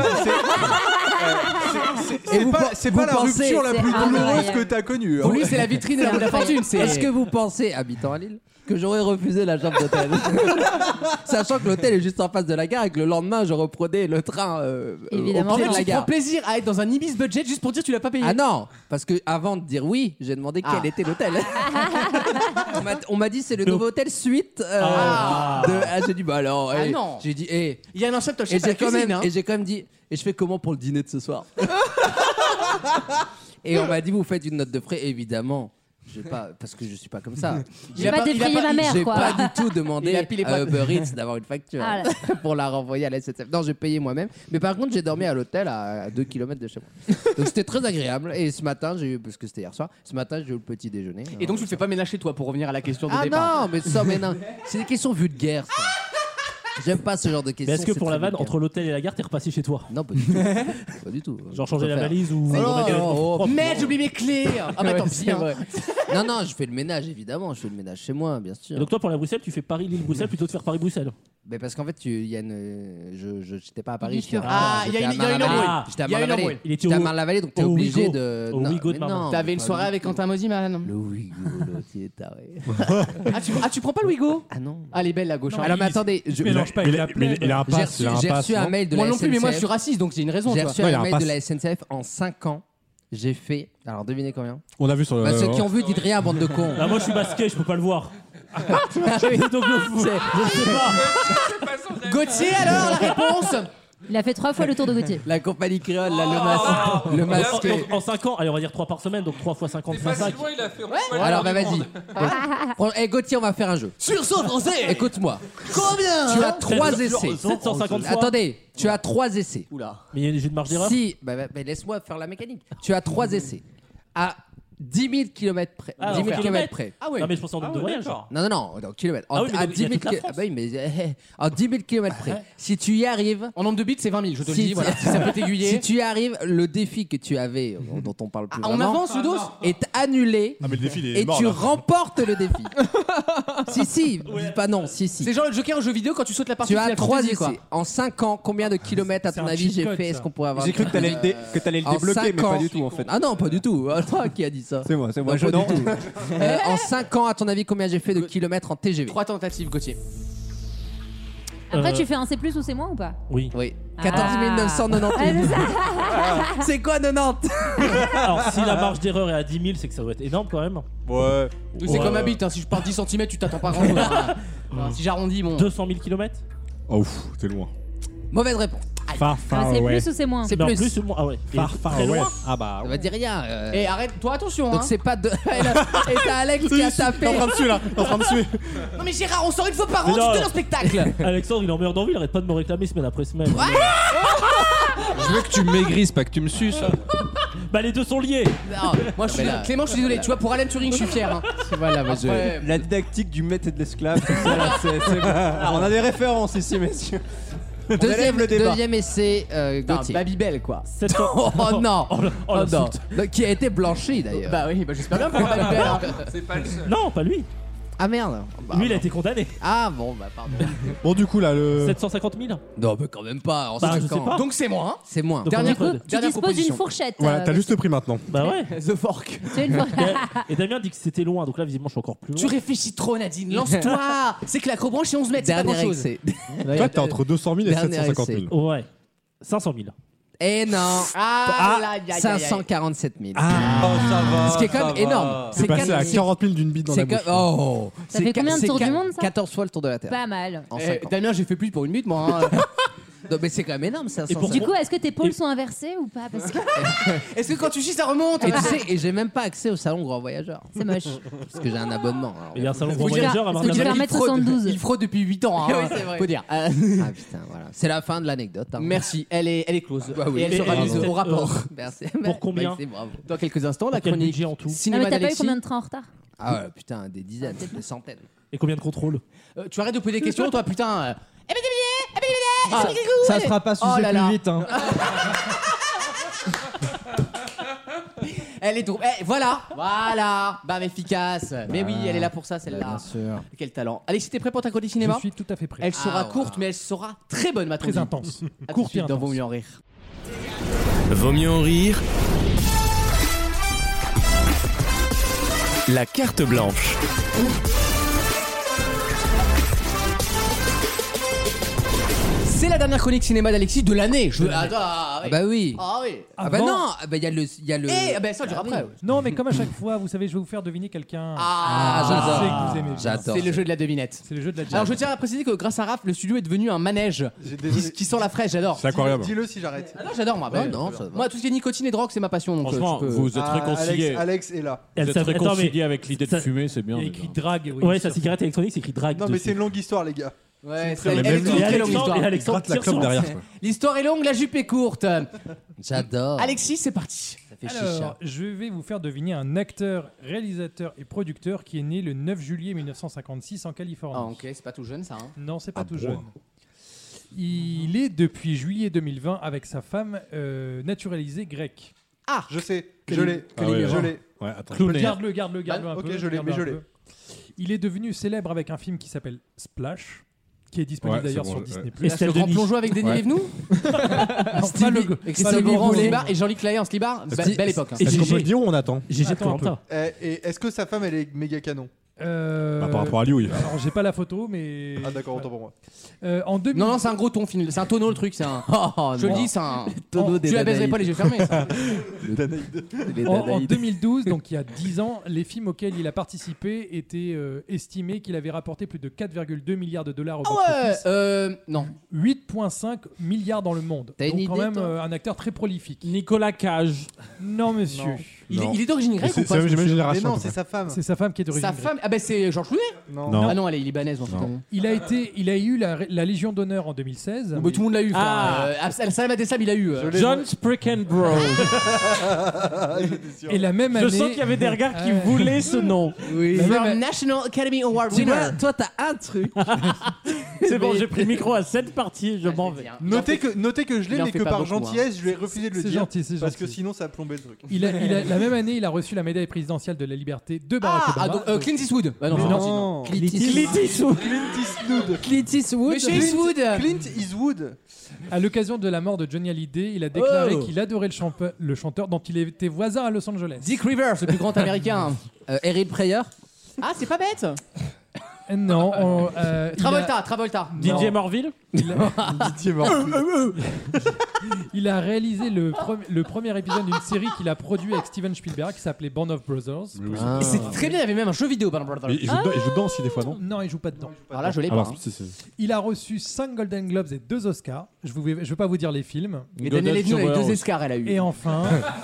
Speaker 4: Et
Speaker 7: C'est
Speaker 4: vous
Speaker 7: pas,
Speaker 4: pen-
Speaker 7: c'est
Speaker 4: vous
Speaker 7: pas la
Speaker 4: pensez-
Speaker 7: rupture la
Speaker 5: c'est
Speaker 7: plus douloureuse
Speaker 5: incroyable.
Speaker 7: que t'as connue.
Speaker 2: Pour
Speaker 7: hein.
Speaker 2: lui, c'est la vitrine de la bonne fortune. C'est...
Speaker 4: Est-ce que vous pensez, habitant à Lille, que j'aurais refusé la chambre d'hôtel Sachant que l'hôtel est juste en face de la gare et que le lendemain, je reprenais le train euh, euh,
Speaker 5: Évidemment.
Speaker 4: au
Speaker 2: En
Speaker 4: pied
Speaker 2: fait,
Speaker 4: de la
Speaker 2: tu prends
Speaker 4: gare.
Speaker 2: plaisir à être dans un Ibis budget juste pour dire que tu l'as pas payé.
Speaker 4: Ah non, parce que avant de dire oui, j'ai demandé
Speaker 2: Ah.
Speaker 4: quel était l'hôtel. on m'a- on m'a dit c'est le nouveau hôtel suite. euh,
Speaker 2: Ah.
Speaker 4: de- ah, j'ai dit bah alors.
Speaker 2: Ah
Speaker 4: eh.
Speaker 2: non.
Speaker 4: J'ai dit eh.
Speaker 2: Il y a un ensemble de
Speaker 4: Et
Speaker 2: chef à la
Speaker 4: j'ai quand
Speaker 2: cuisine.
Speaker 4: même
Speaker 2: hein.
Speaker 4: et j'ai quand même dit et je fais comment pour le dîner de ce soir. Et on m'a dit vous faites une note de frais évidemment. J'ai pas parce que je suis pas comme ça.
Speaker 5: J'ai pas défrayé ma mère,
Speaker 4: J'ai
Speaker 5: quoi.
Speaker 4: pas du tout
Speaker 2: Il
Speaker 4: demandé
Speaker 2: a pilé
Speaker 4: à
Speaker 2: pas-
Speaker 4: Uber Eats d'avoir une facture
Speaker 5: Ah là.
Speaker 4: pour la renvoyer à la S N C F. Non, j'ai payé moi-même. Mais par contre, j'ai dormi à l'hôtel à deux kilomètres de chez moi. Donc c'était très agréable. Et ce matin, j'ai eu, parce que c'était hier soir, ce matin, j'ai eu le petit déjeuner.
Speaker 2: Et donc, tu le fais pas ménage chez toi pour revenir à la question de
Speaker 4: Ah
Speaker 2: départ.
Speaker 4: non, mais ça, mais non. C'est des questions vulgaires, ça. J'aime pas ce genre de questions.
Speaker 3: Mais est-ce que
Speaker 4: c'est
Speaker 3: pour
Speaker 4: très
Speaker 3: la vanne,
Speaker 4: vulgaire.
Speaker 3: entre l'hôtel et la gare, t'es repassé chez toi?
Speaker 4: Non, pas du tout. Pas du tout.
Speaker 3: Genre changer la
Speaker 4: Faut faire-
Speaker 3: valise ou
Speaker 4: C'est-
Speaker 3: remettre les
Speaker 4: Oh,
Speaker 3: vêtements
Speaker 4: oh,
Speaker 3: propres?
Speaker 2: Merde, j'ai oublié mes clés. Ah bah
Speaker 4: Ouais,
Speaker 2: tant
Speaker 4: c'est
Speaker 2: pis. hein.
Speaker 4: vrai. Non, non, je fais le ménage, évidemment. Je fais le ménage chez moi, bien sûr.
Speaker 3: Et donc toi, pour la Bruxelles, tu fais Paris-Lille-Bruxelles plutôt que de faire Paris-Bruxelles?
Speaker 4: Mais parce qu'en fait, tu- il y a une. euh, Je, je, j'étais pas à Paris.
Speaker 5: Il
Speaker 4: j'étais à-
Speaker 2: Ah, il y a
Speaker 4: j'étais
Speaker 2: une-
Speaker 4: à
Speaker 2: il y a une
Speaker 4: Marne-la-Vallée.
Speaker 3: embrouille.
Speaker 4: J'étais à
Speaker 2: Il y a une
Speaker 4: Marne-la-Vallée.
Speaker 2: embrouille.
Speaker 3: Il était
Speaker 4: J'étais à
Speaker 3: au-
Speaker 4: Marne-la-Vallée, donc t'es
Speaker 3: au
Speaker 4: obligé
Speaker 3: Ouigo.
Speaker 4: de.
Speaker 3: Au
Speaker 4: non,
Speaker 3: Ouigo de
Speaker 4: mais
Speaker 3: Marne.
Speaker 4: non,
Speaker 2: T'avais une
Speaker 4: pas
Speaker 2: soirée
Speaker 4: du
Speaker 2: avec
Speaker 4: tout.
Speaker 2: Quentin Mosiman.
Speaker 4: Le Ouigo, l'autre, il est taré.
Speaker 2: Ah tu, ah, tu prends pas le Wigo?
Speaker 4: Ah non.
Speaker 2: Ah, elle est belle la gauche. hein.
Speaker 4: Alors, mais attendez, je-
Speaker 11: Mélange pas avec la
Speaker 6: Mais il a un
Speaker 4: j'ai
Speaker 6: pass,
Speaker 4: reçu,
Speaker 6: il a un
Speaker 4: j'ai
Speaker 6: pass,
Speaker 4: reçu un
Speaker 6: non
Speaker 4: mail de
Speaker 2: Moi
Speaker 4: la
Speaker 2: non plus, mais moi je
Speaker 4: S N C F.
Speaker 2: suis raciste donc c'est une raison.
Speaker 4: J'ai
Speaker 2: tu
Speaker 4: reçu
Speaker 2: vois.
Speaker 6: Non, il y a
Speaker 4: un
Speaker 6: un
Speaker 4: mail
Speaker 6: pass.
Speaker 4: de la S N C F en cinq ans. J'ai fait. Alors devinez combien
Speaker 6: On a vu sur le.
Speaker 4: Bah, ceux qui ont vu, dites rien, bande de cons.
Speaker 3: Ah, moi je suis basquet, je peux pas le voir.
Speaker 4: Ah oui.
Speaker 3: Donc le fou. Je sais pas.
Speaker 2: Gauthier alors la réponse.
Speaker 5: Il a fait trois fois le tour de Gauthier.
Speaker 4: La compagnie créole, là, le
Speaker 3: Oh.
Speaker 4: masque. Le
Speaker 3: En,
Speaker 4: masque.
Speaker 3: en- en cinq ans, allez, on va dire trois par semaine, donc trois fois cinquante fois cinq.
Speaker 13: il a fait.
Speaker 4: Alors, bah vas-y. Fran- Eh, Gauthier, on va faire un jeu.
Speaker 2: Sursaut français.
Speaker 4: Écoute-moi.
Speaker 2: Combien
Speaker 4: Tu as trois essais.
Speaker 3: sept cent cinquante fois.
Speaker 4: Attendez, tu as trois essais.
Speaker 2: Oula.
Speaker 3: Mais il y a j'ai une marge d'erreur.
Speaker 4: Si, bah, bah, bah, laisse-moi faire la mécanique. Tu as trois essais. À dix mille kilomètres près.
Speaker 3: Ah,
Speaker 4: dix mille
Speaker 3: en
Speaker 4: kilomètres
Speaker 3: kilomètres.
Speaker 4: près.
Speaker 2: Ah ouais.
Speaker 3: Non mais je pense en nombre
Speaker 13: Ah
Speaker 3: de
Speaker 13: ouais,
Speaker 3: voyages.
Speaker 13: d'accord.
Speaker 4: Non, non, non, en kilomètres. En,
Speaker 3: Ah oui, mais
Speaker 4: à
Speaker 3: il y a
Speaker 4: dix mille
Speaker 3: toute la
Speaker 4: ki-
Speaker 3: France.
Speaker 4: ah bah oui, mais eh, en dix mille kilomètres près. Si tu y arrives.
Speaker 2: En nombre de bits c'est vingt mille je te le
Speaker 4: Si,
Speaker 2: dis.
Speaker 4: si-
Speaker 2: Voilà. Si ça peut t'aiguiller.
Speaker 4: Si tu y arrives, le défi que tu avais, euh, dont on parle plus
Speaker 2: Ah, on
Speaker 4: vraiment,
Speaker 2: avance le dos.
Speaker 4: est annulé.
Speaker 7: Ah, mais le défi, il est
Speaker 4: Et
Speaker 7: mort,
Speaker 4: tu
Speaker 7: là.
Speaker 4: remportes le défi. si, si, dis pas non, si, si.
Speaker 2: C'est genre le Joker en jeu vidéo quand tu sautes la partie
Speaker 4: Tu as
Speaker 2: Final
Speaker 4: trois
Speaker 2: Fantasy,
Speaker 4: essais.
Speaker 2: quoi.
Speaker 4: En cinq ans, combien de kilomètres à
Speaker 11: C'est
Speaker 4: ton
Speaker 11: un
Speaker 4: avis
Speaker 11: cheat
Speaker 4: j'ai
Speaker 11: code,
Speaker 4: fait?
Speaker 11: ça.
Speaker 4: Est-ce qu'on pourrait avoir
Speaker 8: J'ai cru que t'allais le, dé- que t'allais le
Speaker 4: En
Speaker 8: débloquer,
Speaker 4: cinq
Speaker 8: mais pas
Speaker 4: ans.
Speaker 8: du tout en fait.
Speaker 4: Ah non, pas du tout. Ah, toi qui a dit ça?
Speaker 8: C'est moi, c'est moi.
Speaker 4: Non,
Speaker 8: Je
Speaker 4: pas
Speaker 8: non.
Speaker 4: du tout. Euh, en cinq ans, à ton avis, combien j'ai fait de kilomètres en T G V?
Speaker 2: Trois tentatives Gauthier.
Speaker 5: Après,
Speaker 3: Euh,
Speaker 5: tu fais un C plus ou c'est moins ou pas?
Speaker 3: Oui.
Speaker 4: Oui. quatorze mille neuf cent quatre-vingt-dix.
Speaker 5: Ah, c'est ça.
Speaker 4: C'est quoi quatre-vingt-dix?
Speaker 3: Alors si la marge d'erreur est à dix mille, c'est que ça doit être énorme quand même.
Speaker 7: Ouais.
Speaker 2: Oui, c'est
Speaker 3: Ouais.
Speaker 2: comme un bit, hein. Si je pars dix centimètres tu t'attends pas grand chose. Si j'arrondis bon.
Speaker 3: deux cent mille kilomètres.
Speaker 7: Oh, ouf, t'es loin.
Speaker 4: Mauvaise réponse.
Speaker 6: Far,
Speaker 5: Un
Speaker 6: far
Speaker 5: C
Speaker 6: away.
Speaker 5: plus ou c'est moins?
Speaker 4: C'est
Speaker 3: Non,
Speaker 4: plus.
Speaker 3: plus ou moins. Ah ouais. Et
Speaker 6: Far, far
Speaker 3: très
Speaker 6: away.
Speaker 3: loin.
Speaker 6: Ah bah.
Speaker 4: Ça va dire rien. euh.
Speaker 2: Et arrête, toi attention
Speaker 4: Donc
Speaker 2: hein.
Speaker 4: c'est pas de. Et t'as Alex qui a tapé.
Speaker 7: T'es en train de suer là. T'es en train de suer.
Speaker 2: Non mais Gérard, on sort une fois par an,
Speaker 3: Mais
Speaker 2: tu
Speaker 3: non.
Speaker 2: te donnes un spectacle.
Speaker 3: Alexandre, il en meurt d'envie, il arrête pas de me réclamer semaine après semaine.
Speaker 6: Je veux que tu maigrisses, pas que tu me suces.
Speaker 3: Bah les deux sont liés.
Speaker 2: Non, moi je suis
Speaker 4: mais là-
Speaker 2: Clément, je suis désolé. Tu vois, pour Alan Turing, je suis fier. Hein.
Speaker 4: Voilà, moi je.
Speaker 2: Ouais.
Speaker 8: La didactique du maître et de l'esclave, tout ça, là, c'est c'est bon. On a des références ici, messieurs. On
Speaker 4: Deuxième,
Speaker 8: élève le débat.
Speaker 4: deuxième essai, euh,
Speaker 2: Putain,
Speaker 4: Gauthier.
Speaker 2: Babybel quoi.
Speaker 3: sept cents.
Speaker 4: Oh non,
Speaker 3: Oh, le- oh,
Speaker 4: Oh non.
Speaker 3: l'insulte.
Speaker 4: Donc, qui a été blanchi d'ailleurs.
Speaker 2: Bah oui, bah j'espère bien pour Babybel. Hein.
Speaker 13: C'est pas le seul.
Speaker 3: Non, pas lui.
Speaker 4: Ah merde. Bah,
Speaker 3: Lui, il a
Speaker 4: non.
Speaker 3: été condamné.
Speaker 4: Ah bon, bah pardon.
Speaker 7: Bon, du coup, là, le.
Speaker 3: sept cent cinquante mille.
Speaker 4: Non, mais quand même pas. En
Speaker 3: Bah,
Speaker 4: cinq
Speaker 3: je sais
Speaker 4: ans.
Speaker 3: pas.
Speaker 2: Donc c'est moi. Hein.
Speaker 4: C'est moins.
Speaker 3: Donc,
Speaker 2: Dernière,
Speaker 3: on est
Speaker 2: co-
Speaker 3: code.
Speaker 5: Tu
Speaker 2: dernière
Speaker 5: disposes d'une
Speaker 2: proposition.
Speaker 5: fourchette.
Speaker 7: Voilà,
Speaker 5: euh,
Speaker 7: t'as juste pris maintenant.
Speaker 3: Bah ouais.
Speaker 2: The Fork.
Speaker 5: tu as une fourchette.
Speaker 3: Et Damien dit que c'était loin, donc là visiblement je suis encore plus
Speaker 2: Tu
Speaker 3: loin.
Speaker 2: réfléchis trop Nadine, lance-toi. C'est que la crobranche et onze mètres, c'est pas
Speaker 4: Dernier
Speaker 2: grand chose.
Speaker 4: essai.
Speaker 7: Toi, t'es entre deux cent mille et
Speaker 4: Dernier
Speaker 7: sept cent cinquante mille.
Speaker 3: Ouais. cinq cent mille.
Speaker 4: Eh non.
Speaker 2: Ah, là, y a- y a-
Speaker 4: cinq cent quarante-sept mille.
Speaker 7: Ah, oh, ça va.
Speaker 4: Ce qui est quand
Speaker 7: ça
Speaker 4: même
Speaker 7: va.
Speaker 4: énorme.
Speaker 15: C'est passé
Speaker 4: quatre-
Speaker 15: à quarante mille d'une bite dans la
Speaker 4: c'est
Speaker 15: bouche.
Speaker 4: que- Oh.
Speaker 5: Ça
Speaker 4: C'est
Speaker 5: fait
Speaker 4: qua-
Speaker 5: combien de
Speaker 4: c'est
Speaker 5: tours du
Speaker 4: qua-
Speaker 5: monde, ça
Speaker 4: quatorze fois le tour de la Terre.
Speaker 5: Pas mal.
Speaker 4: En
Speaker 2: Eh,
Speaker 4: cinq ans.
Speaker 2: Damien, j'ai fait plus pour une minute, moi. hein.
Speaker 4: Non, mais c'est quand même énorme, ça.
Speaker 3: Et pour-
Speaker 5: Du coup, est-ce que tes pôles sont inversés ou pas? Parce que
Speaker 2: Est-ce que quand tu chies, ça remonte
Speaker 4: Et tu sais, et j'ai même pas accès au salon Grand Voyageur.
Speaker 5: c'est moche.
Speaker 4: Parce que j'ai un abonnement. alors.
Speaker 3: Il y a un salon
Speaker 2: Faut
Speaker 3: grand
Speaker 2: dire-
Speaker 3: voyageur à
Speaker 5: faut dire-
Speaker 3: Marseille.
Speaker 5: faire
Speaker 2: il
Speaker 5: mettre
Speaker 2: fraude,
Speaker 5: soixante-douze.
Speaker 2: il fraude depuis huit ans, hein,
Speaker 4: Oui, c'est vrai.
Speaker 2: faut dire. Euh,
Speaker 4: Ah putain, voilà. C'est la fin de l'anecdote. hein.
Speaker 2: Merci, elle est, elle est close.
Speaker 4: Bah oui.
Speaker 2: Et elle
Speaker 3: Et-
Speaker 2: sera
Speaker 3: et-
Speaker 2: mise
Speaker 3: et-
Speaker 2: au rapport.
Speaker 4: Merci.
Speaker 3: Pour combien
Speaker 4: Merci, bravo.
Speaker 2: Dans quelques instants, la
Speaker 3: Quel
Speaker 2: chronique
Speaker 3: budget en tout
Speaker 5: Ah,
Speaker 2: cinéma
Speaker 5: mais t'as pas eu
Speaker 2: d'Alexis.
Speaker 5: combien de trains en retard?
Speaker 4: Ah ouais, putain, des dizaines, des centaines.
Speaker 3: Et combien de contrôles?
Speaker 2: Euh, tu arrêtes de poser des questions, toi, putain. euh. Eh ben, eh ben, eh ben, eh ben,
Speaker 11: Ah,
Speaker 2: eh ben,
Speaker 11: ça sera pas
Speaker 2: Oh
Speaker 11: sujet
Speaker 2: là
Speaker 11: plus
Speaker 2: là.
Speaker 11: vite. Hein.
Speaker 2: Elle est drôle. Eh, voilà, voilà. Bam, efficace. Mais oui, elle est là pour ça,
Speaker 11: Bah,
Speaker 2: celle-là.
Speaker 11: bien sûr.
Speaker 2: Quel talent. Alexis, t'es prêt pour ta chronique cinéma?
Speaker 13: Je suis tout à fait prêt.
Speaker 2: Elle sera
Speaker 4: Ah,
Speaker 2: courte,
Speaker 4: wow.
Speaker 2: mais elle sera très bonne, ma
Speaker 13: Très intense.
Speaker 2: À tout de
Speaker 13: Courte et
Speaker 2: suite dans
Speaker 13: intense.
Speaker 2: Vaut mieux en rire.
Speaker 1: Vaut mieux en rire. La carte blanche.
Speaker 2: C'est la dernière chronique cinéma d'Alexis de l'année. Je...
Speaker 13: l'année.
Speaker 2: Attends, ah, oui.
Speaker 4: Ah bah oui.
Speaker 2: Ah oui.
Speaker 4: Ah bah
Speaker 13: Avant-
Speaker 4: non, ah bah il y a le, il y a le.
Speaker 2: Eh, ah ben ça, on le dira
Speaker 4: Ah oui.
Speaker 2: après.
Speaker 13: Non, mais comme à chaque fois, vous savez, je vais vous faire deviner quelqu'un.
Speaker 2: Ah,
Speaker 13: je
Speaker 4: j'adore.
Speaker 13: sais que vous aimez bien.
Speaker 4: J'adore.
Speaker 2: C'est le jeu de la devinette.
Speaker 13: C'est le jeu de la
Speaker 2: Alors je tiens à préciser que grâce à Raph, le studio est devenu un manège
Speaker 7: J'ai
Speaker 2: qui,
Speaker 7: désolé.
Speaker 2: qui sent la fraîche. J'adore.
Speaker 15: C'est incroyable.
Speaker 7: Dis-le si j'arrête.
Speaker 2: Ah non, j'adore moi.
Speaker 4: Non,
Speaker 2: Bah,
Speaker 4: non, ça va.
Speaker 2: moi, tout ce qui est nicotine et drogue, c'est ma passion. Donc,
Speaker 3: Franchement,
Speaker 2: euh, tu peux-
Speaker 3: vous êtes
Speaker 7: Ah,
Speaker 3: réconciliés.
Speaker 7: Alex, Alex est là.
Speaker 3: Vous êtes
Speaker 13: ça- attends,
Speaker 3: réconciliés
Speaker 13: mais
Speaker 3: avec l'idée de
Speaker 13: ça-
Speaker 3: fumer, c'est bien.
Speaker 13: Il y a
Speaker 3: déjà.
Speaker 13: écrit drague. Oui,
Speaker 3: Ouais,
Speaker 13: sur-
Speaker 3: sa cigarette électronique, c'est écrit drague.
Speaker 7: Non, mais
Speaker 3: dessus.
Speaker 7: c'est une longue histoire, les gars.
Speaker 2: Ouais,
Speaker 7: très
Speaker 2: c'est
Speaker 7: long.
Speaker 2: elle est
Speaker 15: Même
Speaker 2: toute
Speaker 15: lui,
Speaker 2: très longue
Speaker 3: Alexandre-
Speaker 2: histoire.
Speaker 3: et Alexandre
Speaker 15: Gratte la
Speaker 3: tire
Speaker 15: clope
Speaker 3: sur-
Speaker 15: derrière. quoi.
Speaker 2: L'histoire est longue, la jupe est courte.
Speaker 4: J'adore.
Speaker 2: Alexis, c'est parti.
Speaker 4: Ça fait
Speaker 13: Alors,
Speaker 4: chicha.
Speaker 13: je vais vous faire deviner un acteur, réalisateur et producteur qui est né le neuf juillet mille neuf cent cinquante-six en Californie.
Speaker 2: Ah, ok, c'est pas tout jeune ça. Hein.
Speaker 13: Non, c'est pas
Speaker 15: Ah
Speaker 13: tout
Speaker 15: bon.
Speaker 13: jeune. Il est depuis juillet deux mille vingt avec sa femme euh, naturalisée grecque.
Speaker 2: Ah,
Speaker 7: Je sais,
Speaker 2: Que
Speaker 7: je
Speaker 2: lui-
Speaker 7: l'ai.
Speaker 15: Ah ouais,
Speaker 7: Je
Speaker 15: ouais.
Speaker 7: l'ai.
Speaker 15: Ouais, attends.
Speaker 3: Clooney.
Speaker 13: Garde-le, garde-le, garde-le un
Speaker 7: ok,
Speaker 13: peu.
Speaker 7: je l'ai,
Speaker 13: garde-le
Speaker 7: mais je
Speaker 13: un
Speaker 7: l'ai.
Speaker 13: peu. Il est devenu célèbre avec un film qui s'appelle Splash, qui est disponible
Speaker 15: Ouais,
Speaker 13: d'ailleurs
Speaker 15: c'est bon,
Speaker 13: sur
Speaker 15: ouais.
Speaker 13: Disney+.
Speaker 2: et c'est le grand
Speaker 3: Denis.
Speaker 2: plongeon avec Denis
Speaker 15: Ouais.
Speaker 2: Lévenoux.
Speaker 13: Non, pas le-
Speaker 2: Stevie,
Speaker 13: pas le
Speaker 2: Stevie Laurent en
Speaker 13: Gros.
Speaker 2: slibard et Jean-Luc Lahaye en slibard. Be-
Speaker 4: Steve-
Speaker 2: Belle époque. hein.
Speaker 3: Et
Speaker 15: Est-ce qu'on
Speaker 3: Gigi.
Speaker 15: peut le dire ou on attend
Speaker 3: J'ai
Speaker 13: Attends un peu.
Speaker 7: Eh, Et est-ce que sa femme, elle est méga canon?
Speaker 13: Euh,
Speaker 15: Bah, Par rapport à lui, oui.
Speaker 13: Alors, j'ai pas la photo, mais.
Speaker 7: Ah d'accord, autant pour moi.
Speaker 13: Euh, en deux mille...
Speaker 2: Non, non, c'est un gros ton, film. C'est un tonneau le truc. C'est un.
Speaker 4: Oh,
Speaker 2: Je le
Speaker 4: non.
Speaker 2: dis, c'est un.
Speaker 4: Tonneau des
Speaker 2: Tu la baiserais
Speaker 4: Danaïdes.
Speaker 2: pas les yeux fermés. ça.
Speaker 4: Les
Speaker 13: En, en
Speaker 4: Danaïdes.
Speaker 13: deux mille douze, donc il y a dix ans, les films auxquels il a participé étaient euh, estimés qu'il avait rapporté plus de quatre virgule deux milliards de dollars au
Speaker 2: Ah ouais.
Speaker 13: box-office.
Speaker 2: Euh, non.
Speaker 13: huit virgule cinq milliards dans le monde.
Speaker 4: T'as
Speaker 13: Donc
Speaker 4: une
Speaker 13: quand
Speaker 4: idée,
Speaker 13: même
Speaker 4: toi
Speaker 13: euh, un acteur très prolifique.
Speaker 3: Nicolas Cage.
Speaker 13: Non, monsieur.
Speaker 7: Non.
Speaker 2: Il est,
Speaker 15: Non.
Speaker 2: il est d'origine
Speaker 15: Mais
Speaker 2: grecque
Speaker 15: C'est
Speaker 2: ou
Speaker 15: c'est la
Speaker 2: pas
Speaker 15: même
Speaker 7: Mais
Speaker 15: génération.
Speaker 7: non,
Speaker 15: à peu
Speaker 7: c'est
Speaker 15: près.
Speaker 7: sa femme.
Speaker 13: C'est sa femme qui est d'origine
Speaker 2: Sa
Speaker 13: grecque.
Speaker 2: femme. Ah ben c'est Georges Clooney.
Speaker 7: Non.
Speaker 15: Non.
Speaker 2: Ah non, elle est libanaise. En fait.
Speaker 15: Non.
Speaker 13: Il a été, il a eu la, la Légion d'honneur en deux mille seize.
Speaker 2: Bon, bah, tout le monde l'a eu. frère.
Speaker 3: Ah.
Speaker 2: Euh, Al Salam Abdeslam, il a eu. euh.
Speaker 7: Je l'ai,
Speaker 3: John
Speaker 7: moi.
Speaker 3: Sprickenbro.
Speaker 7: J'étais sûr.
Speaker 13: Et la même
Speaker 3: Je
Speaker 13: année.
Speaker 3: sens qu'il y avait des regards qui
Speaker 13: Ouais.
Speaker 3: voulaient ce nom.
Speaker 4: Oui.
Speaker 13: La
Speaker 2: From
Speaker 13: même-
Speaker 2: National Academy Award
Speaker 4: Tu vois,
Speaker 2: winner.
Speaker 4: toi, t'as un truc.
Speaker 3: C'est bon, j'ai pris le micro à cette partie, je m'en vais.
Speaker 7: Notez que, notez que je l'ai,
Speaker 2: il en
Speaker 7: mais
Speaker 2: fait
Speaker 7: que
Speaker 2: pas
Speaker 7: par
Speaker 2: beaucoup, hein.
Speaker 7: gentillesse, je lui ai refusé de le
Speaker 13: C'est
Speaker 7: dire.
Speaker 13: gentil, c'est
Speaker 7: Parce que
Speaker 13: gentil.
Speaker 7: sinon, ça a plombé le truc.
Speaker 13: Il a, il a- la même année, il a reçu la médaille présidentielle de la liberté de Barack
Speaker 2: Ah,
Speaker 13: Obama.
Speaker 2: ah, donc, euh, Clint Eastwood. Bah non,
Speaker 13: Mais
Speaker 2: c'est
Speaker 13: non.
Speaker 2: gentil,
Speaker 7: Non.
Speaker 4: Clint
Speaker 3: Clint
Speaker 4: Eastwood.
Speaker 3: Eastwood.
Speaker 7: Clint Eastwood.
Speaker 4: Clint Eastwood.
Speaker 2: Monsieur Eastwood.
Speaker 7: Clint Eastwood.
Speaker 13: À l'occasion de la mort de Johnny Hallyday, il a déclaré
Speaker 2: Oh.
Speaker 13: qu'il adorait le, champe- le chanteur dont il était voisin à Los Angeles.
Speaker 2: Dick Rivers, le plus grand américain.
Speaker 4: Euh, Eric Prayer.
Speaker 2: Ah, c'est pas bête.
Speaker 13: Euh, Non, on- euh, il a-
Speaker 2: Travolta, Travolta.
Speaker 3: Didier Morville.
Speaker 13: Il a,
Speaker 7: Didier Morville.
Speaker 13: il a réalisé le, pre- le premier épisode d'une série qu'il a produit avec Steven Spielberg qui s'appelait Band of Brothers.
Speaker 4: Ah.
Speaker 2: Et c'est très bien, il y avait même un jeu vidéo, Band of Brothers.
Speaker 15: Mais il joue dedans- il joue dedans aussi des fois, non
Speaker 13: Non, il joue pas dedans.
Speaker 2: Alors là, je l'ai pas.
Speaker 15: Alors,
Speaker 2: hein.
Speaker 15: c'est- c'est-
Speaker 13: Il a reçu cinq Golden Globes et deux Oscars. Je ne vais, je vais pas vous dire les films.
Speaker 2: Et Daniel Evnu avec deux escars, elle a eu.
Speaker 13: Et enfin,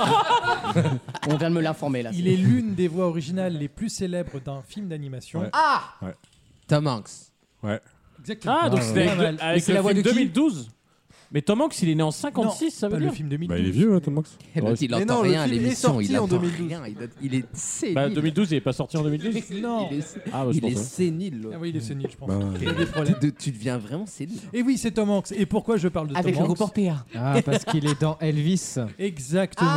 Speaker 2: On vient de me l'informer là.
Speaker 13: il est l'une des voix originales les plus célèbres d'un film d'animation.
Speaker 15: Ouais.
Speaker 2: Ah
Speaker 4: Tom Hanks.
Speaker 15: Ouais.
Speaker 13: Exactement.
Speaker 3: Ah, donc
Speaker 13: Ouais,
Speaker 3: c'était
Speaker 13: ouais.
Speaker 3: avec,
Speaker 13: Pas mal.
Speaker 3: le- avec
Speaker 2: c'est la
Speaker 3: le
Speaker 2: voix
Speaker 3: film
Speaker 2: de qui
Speaker 3: deux mille douze. Mais Tom Hanks, il est né en cinquante-six,
Speaker 13: Non,
Speaker 3: ça veut
Speaker 13: pas
Speaker 3: dire
Speaker 13: le film deux mille douze.
Speaker 15: Bah, il est vieux, hein, Tom Hanks.
Speaker 4: Et l'autre, il
Speaker 7: Mais
Speaker 4: entend
Speaker 7: non, le
Speaker 4: rien à
Speaker 7: film est
Speaker 4: l'émission.
Speaker 7: sorti
Speaker 4: Il
Speaker 7: en
Speaker 4: entend
Speaker 7: deux mille douze.
Speaker 4: rien. Il, il est sénile.
Speaker 3: Bah, deux mille douze, il est pas sorti en deux mille douze.
Speaker 13: Non.
Speaker 4: Il est,
Speaker 3: Ah, bah, je
Speaker 4: il est
Speaker 3: pensais.
Speaker 4: sénile. l'autre.
Speaker 13: Ah oui, il est sénile, je pense.
Speaker 15: Bah,
Speaker 13: Il a des problèmes.
Speaker 4: De- tu deviens vraiment sénile.
Speaker 13: Et oui, c'est Tom Hanks. Et pourquoi je parle de
Speaker 2: Avec
Speaker 13: Tom
Speaker 2: le
Speaker 13: Hanks
Speaker 2: reporter.
Speaker 11: Ah, parce qu'il est dans Elvis.
Speaker 13: Exactement.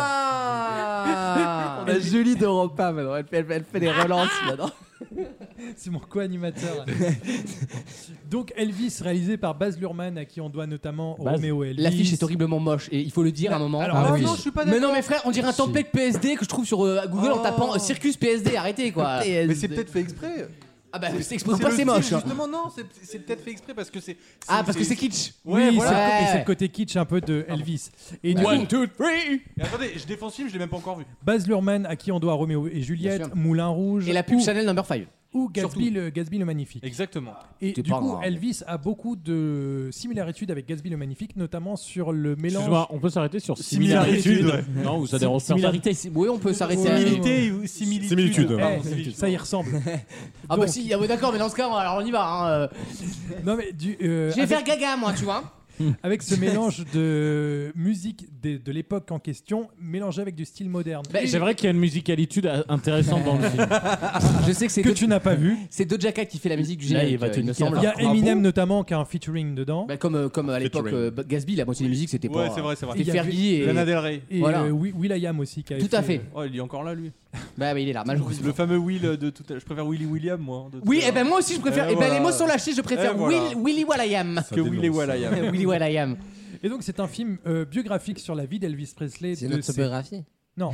Speaker 2: Ah
Speaker 4: On a Julie d'Europe un maintenant. Elle fait, elle fait- elle fait des relances maintenant.
Speaker 13: C'est mon co-animateur. Donc Elvis, réalisé par Baz Luhrmann, à qui on doit notamment
Speaker 3: Baz.
Speaker 13: Roméo et Elvis.
Speaker 2: L'affiche est horriblement moche et il faut le dire à un moment.
Speaker 13: Alors,
Speaker 11: Ah
Speaker 13: l'affiche-
Speaker 11: oui.
Speaker 7: Non, je suis pas
Speaker 2: Mais
Speaker 7: d'accord.
Speaker 2: non, mais frère, on dirait un template P S D que je trouve sur euh, Google en
Speaker 7: Oh.
Speaker 2: tapant euh, Circus P S D. Arrêtez quoi.
Speaker 7: Mais c'est peut-être fait exprès.
Speaker 2: Ah bah c'est exprès,
Speaker 7: C'est
Speaker 2: pas
Speaker 7: le
Speaker 2: c'est
Speaker 7: style,
Speaker 2: moche. hein.
Speaker 7: Justement, non, c'est c'est peut-être fait exprès parce que c'est.
Speaker 2: Ah parce que c'est kitsch.
Speaker 7: Ouais,
Speaker 13: oui,
Speaker 7: voilà.
Speaker 13: c'est le- et
Speaker 2: Ouais.
Speaker 13: c'est le côté kitsch un peu de Elvis. Et du
Speaker 2: One,
Speaker 13: coup,
Speaker 2: two, three.
Speaker 7: Et attendez, je défends ce film, je l'ai même pas encore vu.
Speaker 13: Baz Luhrmann, à qui on doit Roméo et
Speaker 2: Bien
Speaker 13: Juliette,
Speaker 2: sûr.
Speaker 13: Moulin Rouge,
Speaker 2: Et la pub
Speaker 13: ou,
Speaker 2: Chanel Number five.
Speaker 13: ou Gatsby, le, Gatsby le Magnifique.
Speaker 7: Exactement.
Speaker 13: Et
Speaker 2: C'est
Speaker 13: du
Speaker 2: pas
Speaker 13: coup,
Speaker 2: grave.
Speaker 13: Elvis a beaucoup de similarités avec Gatsby le Magnifique, notamment sur le mélange.
Speaker 3: Excuse-moi, on peut s'arrêter sur
Speaker 7: Similitude,
Speaker 3: similitude. Non, ou ça dérange personne.
Speaker 2: Similarité, c'est- oui on peut s'arrêter à
Speaker 7: Similité ou similitude.
Speaker 15: Similitude.
Speaker 13: Eh,
Speaker 7: Pardon, similitude.
Speaker 13: ça y ressemble.
Speaker 2: Ah bah
Speaker 13: Donc-
Speaker 2: si, ah bah d'accord mais dans ce cas alors on y va. Hein. euh.
Speaker 13: Non mais du, euh,
Speaker 2: Je vais
Speaker 13: avec,
Speaker 2: faire gaga moi tu vois.
Speaker 13: avec ce mélange de musique de, de l'époque en question, mélangé avec du style moderne.
Speaker 2: Bah,
Speaker 3: C'est vrai qu'il y a une musicalitude intéressante dans le film.
Speaker 2: Je sais que c'est
Speaker 13: que
Speaker 2: Do-
Speaker 13: tu n'as pas vu.
Speaker 2: c'est Doja Cat qui fait la musique du
Speaker 3: Là,
Speaker 2: générique
Speaker 3: il va te
Speaker 2: euh, il me
Speaker 3: niquer
Speaker 2: semble.
Speaker 3: la
Speaker 13: Il y a
Speaker 3: Ah,
Speaker 13: Eminem
Speaker 3: bon
Speaker 13: notamment qui a un featuring dedans.
Speaker 2: Bah, comme, euh, comme à l'époque
Speaker 15: Featuring.
Speaker 2: euh, Gatsby, la moitié des musiques c'était
Speaker 7: Ouais,
Speaker 2: pas.
Speaker 7: c'est vrai, c'est vrai.
Speaker 2: C'était
Speaker 13: Il y avait
Speaker 2: Fergie et.
Speaker 7: Lana Del Rey.
Speaker 13: Et
Speaker 2: Voilà.
Speaker 13: euh, Wi- Will.i.am aussi qui a
Speaker 2: Tout à fait.
Speaker 7: Oh, il est encore là, lui.
Speaker 2: Bah oui, il est là, malheureusement.
Speaker 7: Le fameux Will de tout à l'heure. Je préfère Willy William, moi. de tout
Speaker 2: Oui,
Speaker 7: à
Speaker 2: et ben
Speaker 7: l'heure.
Speaker 2: moi aussi je préfère.
Speaker 7: Et
Speaker 2: Et ben
Speaker 7: voilà.
Speaker 2: les mots sont lâchés, je préfère
Speaker 7: Et voilà.
Speaker 2: Will, Willy Wallayam.
Speaker 7: Que Willy William.
Speaker 2: Willy Wallayam.
Speaker 13: Et donc c'est un film euh, biographique sur la vie d'Elvis Presley.
Speaker 4: C'est
Speaker 13: de
Speaker 4: notre
Speaker 13: ses-
Speaker 4: autobiographie.
Speaker 13: Non.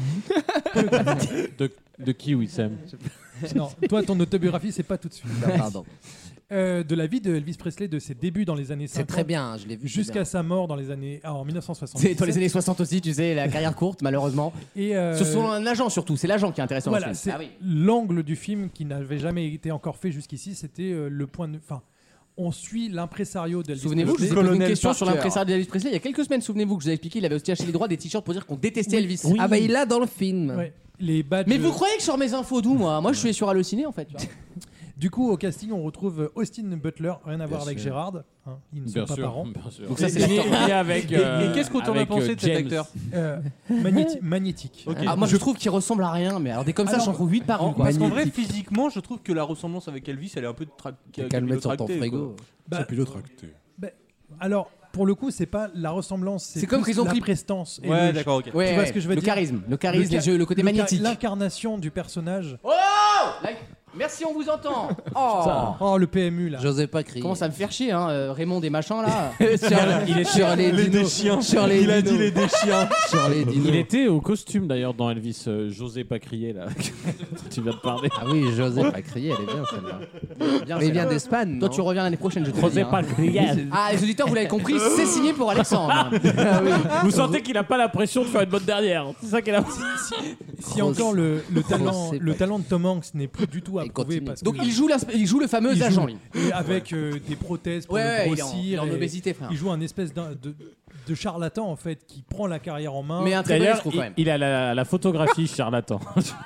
Speaker 3: De, de qui, Wissem?
Speaker 13: non, toi ton autobiographie c'est pas tout de suite.
Speaker 4: Non, pardon.
Speaker 13: Euh, de la vie de Elvis Presley de ses débuts dans les années
Speaker 4: C'est
Speaker 13: cinquante.
Speaker 4: très bien, je l'ai vu. c'est
Speaker 13: Jusqu'à
Speaker 4: bien.
Speaker 13: sa mort dans les années ah, en mille neuf cent soixante-dix-sept.
Speaker 2: C'est dans les années soixante aussi, tu sais, la carrière courte, malheureusement.
Speaker 13: Et euh,
Speaker 2: Ce sont un agent surtout, c'est l'agent qui est intéressant
Speaker 13: voilà,
Speaker 2: dans ce
Speaker 13: c'est
Speaker 2: film. Ah oui.
Speaker 13: l'angle du film qui n'avait jamais été encore fait jusqu'ici. C'était euh, le point de. Enfin, on suit l'impresario d'Elvis
Speaker 2: Souvenez-vous, je
Speaker 13: Presley.
Speaker 2: vous ai posé une
Speaker 7: Colonel
Speaker 2: question sur
Speaker 7: Parker.
Speaker 2: l'impresario d'Elvis Presley il y a quelques semaines. Souvenez-vous que je vous ai expliqué, il avait aussi acheté les droits des t-shirts pour dire qu'on détestait
Speaker 13: Oui.
Speaker 2: Elvis.
Speaker 13: Oui.
Speaker 4: Ah bah il l'a dans le film.
Speaker 13: Ouais. Les badges.
Speaker 2: Mais vous croyez que je sors mes infos d'où moi Moi je suis sur Allociné en fait. tu vois.
Speaker 13: Du coup, au casting, on retrouve Austin Butler, rien à voir avec Gérard. Hein, ils ne sont
Speaker 3: Bien
Speaker 13: pas
Speaker 3: sûr,
Speaker 13: parents.
Speaker 3: bien sûr.
Speaker 2: Donc ça, c'est
Speaker 3: Et-
Speaker 2: l'acteur.
Speaker 3: et avec,
Speaker 7: Et-
Speaker 3: euh,
Speaker 7: et qu'est-ce qu'on t'en a
Speaker 3: avec,
Speaker 7: pensé
Speaker 3: euh,
Speaker 7: de cet
Speaker 3: James.
Speaker 7: acteur
Speaker 13: Euh, magnéti- magnétique.
Speaker 7: Ok.
Speaker 2: Ah, moi je trouve qu'il ressemble à rien, mais alors des comme ça
Speaker 13: Alors,
Speaker 2: j'en trouve huit par
Speaker 7: En-
Speaker 2: rue. quoi.
Speaker 7: Parce qu'en vrai, physiquement, je trouve que la ressemblance avec Elvis, elle est un peu tra-
Speaker 4: T'as qu'à le mettre sur ton
Speaker 7: capillotractée,
Speaker 4: frigo.
Speaker 7: quoi.
Speaker 13: Bah,
Speaker 15: Ça pilotracté.
Speaker 13: bah, alors, pour le coup, c'est pas la ressemblance, c'est
Speaker 2: C'est comme
Speaker 13: plus
Speaker 2: qu'ils ont
Speaker 13: la
Speaker 2: pris-
Speaker 13: prestance. et
Speaker 7: Ouais,
Speaker 13: le-
Speaker 7: d'accord, ok.
Speaker 2: Ouais,
Speaker 13: tu vois
Speaker 2: ouais,
Speaker 13: ce que je veux
Speaker 2: le
Speaker 13: dire
Speaker 2: charisme, le charisme,
Speaker 13: ca-
Speaker 2: les jeux, le côté
Speaker 13: ca-
Speaker 2: magnétique.
Speaker 13: L'incarnation du personnage.
Speaker 2: Oh Là- Merci, on vous entend. Oh,
Speaker 13: Oh, le P M U là.
Speaker 4: J'osais pas crier.
Speaker 2: comment ça me faire chier, hein, euh, Raymond des machins là.
Speaker 4: sur, il est sur les
Speaker 7: Les
Speaker 4: dinos.
Speaker 7: déchiens.
Speaker 4: Sur les
Speaker 7: Il a
Speaker 4: dinos.
Speaker 7: dit les déchiens.
Speaker 4: Sur les dinos.
Speaker 3: Il était au costume d'ailleurs dans Elvis. euh, J'osais pas crier là. Tu viens de parler.
Speaker 4: Ah oui, j'osais pas crier, elle est bien celle-là.
Speaker 2: Bien,
Speaker 4: Mais il
Speaker 2: c'est
Speaker 4: vient
Speaker 2: là.
Speaker 4: d'Espagne.
Speaker 2: Toi
Speaker 4: non
Speaker 2: tu reviens l'année prochaine, je te le dis.
Speaker 3: J'osais
Speaker 2: hein.
Speaker 3: pas crier.
Speaker 2: Ah les auditeurs vous l'avez compris, c'est signé pour Alexandre.
Speaker 3: Vous sentez qu'il a pas la pression de faire une bonne dernière. C'est ça qu'il a.
Speaker 13: Si encore le, le talent,
Speaker 4: Grosse
Speaker 13: le
Speaker 4: époque.
Speaker 13: talent de Tom Hanks n'est plus du tout
Speaker 4: Et
Speaker 13: approuvé
Speaker 4: continue.
Speaker 13: parce
Speaker 2: Donc
Speaker 13: que
Speaker 2: il joue, l'inspe- il joue le fameux
Speaker 13: il
Speaker 2: agent.
Speaker 13: joue-
Speaker 2: lui.
Speaker 13: et avec euh, des prothèses pour
Speaker 2: Ouais, ouais,
Speaker 13: le
Speaker 2: il est en-
Speaker 13: grossir.
Speaker 2: il est en
Speaker 13: et
Speaker 2: obésité, frère.
Speaker 13: Il joue un espèce d'un- de, de charlatan en fait qui prend la carrière en main.
Speaker 2: Mais un très bon
Speaker 3: D'ailleurs,
Speaker 2: escroc
Speaker 3: il,
Speaker 2: quand même.
Speaker 3: il a la, la photographie charlatan.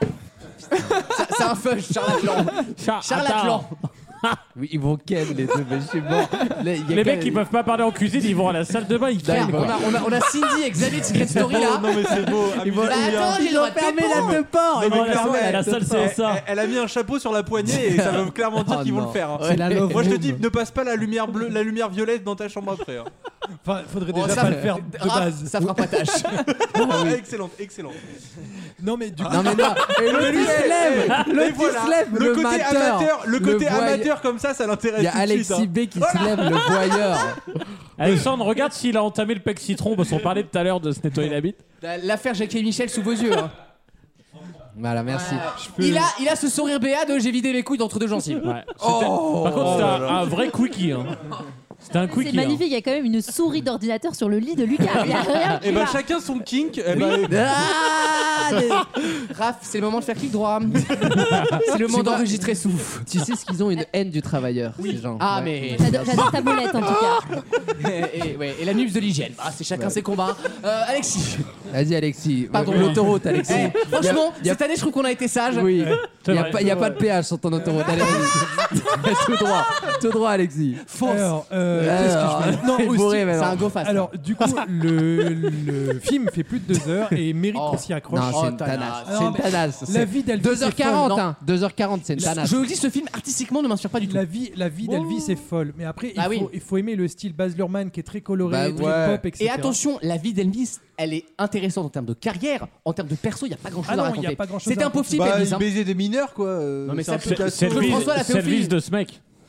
Speaker 2: C'est un fudge, Charlatlan. Charlatlan.
Speaker 4: Oui, ils vont ken les deux, mais je suis mort. Là, il y a
Speaker 3: Les
Speaker 4: quand
Speaker 3: mecs qui
Speaker 4: même-
Speaker 3: peuvent pas parler en cuisine, ils vont à la salle de bain, ils
Speaker 2: On a,
Speaker 3: kennent quoi.
Speaker 2: on, a, on a Cindy et Xavier de Secret Story là.
Speaker 7: Non, mais c'est beau.
Speaker 4: Ils vont-
Speaker 2: Bah
Speaker 7: amusez-vous bien.
Speaker 2: attends, j'ai le droit de
Speaker 4: fermer
Speaker 2: répondre.
Speaker 4: la te porte.
Speaker 7: Non,
Speaker 4: Ils
Speaker 7: mais
Speaker 4: vont
Speaker 7: clairement,
Speaker 4: fermer
Speaker 3: à
Speaker 4: la
Speaker 3: la
Speaker 4: te
Speaker 3: salle
Speaker 4: porte.
Speaker 3: C S A.
Speaker 7: Elle, elle a mis un chapeau sur la poignée et ça veut clairement dire
Speaker 4: Oh
Speaker 7: qu'ils vont
Speaker 4: non.
Speaker 7: le faire. hein.
Speaker 11: C'est la love
Speaker 7: Moi je te
Speaker 11: room.
Speaker 7: dis, ne passe pas la lumière bleue, la lumière violette dans ta chambre après. hein.
Speaker 13: Enfin, faudrait
Speaker 2: Oh,
Speaker 13: déjà
Speaker 2: ça-
Speaker 13: pas le faire de
Speaker 2: Ah,
Speaker 13: base.
Speaker 2: Ça fera pas tâche.
Speaker 7: Excellente, excellente.
Speaker 13: Non mais du coup,
Speaker 4: Non mais non, et l'autre il se lève,
Speaker 7: Et
Speaker 4: l'autre il
Speaker 7: voilà,
Speaker 4: se lève,
Speaker 7: le,
Speaker 4: le,
Speaker 7: côté
Speaker 4: mateur,
Speaker 7: amateur, le côté
Speaker 4: voyeur.
Speaker 7: amateur comme ça, ça l'intéresse
Speaker 4: Il y a
Speaker 7: tout de suite.
Speaker 4: Alexis
Speaker 7: hein.
Speaker 4: B qui se lève, le voyeur.
Speaker 3: Alexandre, regarde s'il a entamé le pec citron, parce qu'on parlait tout à l'heure de se nettoyer la bite.
Speaker 2: L'affaire Jacques et Michel sous vos yeux. hein.
Speaker 4: Voilà, merci.
Speaker 2: Il a, il a ce sourire béat de j'ai vidé mes couilles d'entre deux gencives.
Speaker 3: Ouais. C'était- Par contre, c'était un, un vrai quickie. Hein. C'était un quickie.
Speaker 5: C'est magnifique, il y a quand même une souris d'ordinateur sur le lit de Lucas. Il y a rien qui
Speaker 7: Et bah
Speaker 5: va.
Speaker 7: chacun son kink. Eh ben,
Speaker 2: Ah, des- Raph, c'est le moment de faire clic droit. C'est le moment
Speaker 4: Tu vois-
Speaker 2: d'enregistrer souffle.
Speaker 4: Tu sais ce qu'ils ont une haine du travailleur, ces gens.
Speaker 2: Ah,
Speaker 4: Ouais.
Speaker 2: mais.
Speaker 5: J'adore j'adore ta molette en tout cas.
Speaker 2: et, et- ouais, et la nuance de l'hygiène. Ah, c'est chacun ses combats. Euh, Alexis.
Speaker 4: Vas-y, Alexis.
Speaker 2: Pardon.
Speaker 4: L'autoroute, Alexis.
Speaker 2: Eh, franchement,
Speaker 4: Y a- y a-
Speaker 2: cette année, je trouve qu'on a été sage.
Speaker 4: Oui.
Speaker 3: C'est
Speaker 4: Il n'y a,
Speaker 3: vrai,
Speaker 4: pas- y a pas de péage sur ton autoroute. Allez, vas-y. Tout droit. Tout droit, Alexis.
Speaker 2: Force.
Speaker 13: alors, euh, qu'est-ce que je
Speaker 4: Alors,
Speaker 13: fais Non,
Speaker 4: il est
Speaker 13: aussi-
Speaker 4: bourré,
Speaker 2: C'est
Speaker 4: maintenant.
Speaker 2: un go fast.
Speaker 13: Alors, du coup, le, le film fait plus de deux heures et mérite
Speaker 2: Oh.
Speaker 13: qu'on s'y accroche.
Speaker 4: Non,
Speaker 2: Oh,
Speaker 4: c'est une
Speaker 2: tanasse.
Speaker 4: tanasse.
Speaker 13: Alors,
Speaker 4: C'est une
Speaker 13: mais
Speaker 4: tanasse.
Speaker 13: La vie d'Elvis
Speaker 4: deux heures
Speaker 13: est folle.
Speaker 4: quarante,
Speaker 2: non.
Speaker 4: hein. deux heures quarante, c'est une tanasse.
Speaker 2: Je vous dis, ce film artistiquement ne m'inspire pas du tout.
Speaker 13: La vie, la vie d'Elvis est folle. Mais après, il,
Speaker 2: Ah
Speaker 13: faut,
Speaker 2: oui.
Speaker 13: il faut aimer le style Baz Luhrmann qui est très coloré,
Speaker 4: Bah
Speaker 13: très
Speaker 7: ouais.
Speaker 13: pop, et cetera.
Speaker 2: Et attention, la vie d'Elvis, elle est intéressante en termes de carrière, en termes de perso, il n'y a pas grand chose
Speaker 13: Ah non,
Speaker 2: à
Speaker 13: il y a
Speaker 2: raconter.
Speaker 13: pas grand-chose
Speaker 2: C'était
Speaker 13: à
Speaker 2: un pauvre type,
Speaker 7: bah,
Speaker 2: Elvis.
Speaker 7: il
Speaker 2: hein.
Speaker 7: baisait des mineurs quoi. euh,
Speaker 2: Non, mais
Speaker 7: c'est
Speaker 2: ça,
Speaker 7: un truc
Speaker 2: c'est-
Speaker 7: à
Speaker 3: C'est
Speaker 2: Claude
Speaker 3: le
Speaker 2: François, la
Speaker 3: vis- c'est le
Speaker 2: pédophilie.
Speaker 3: vis de ce mec.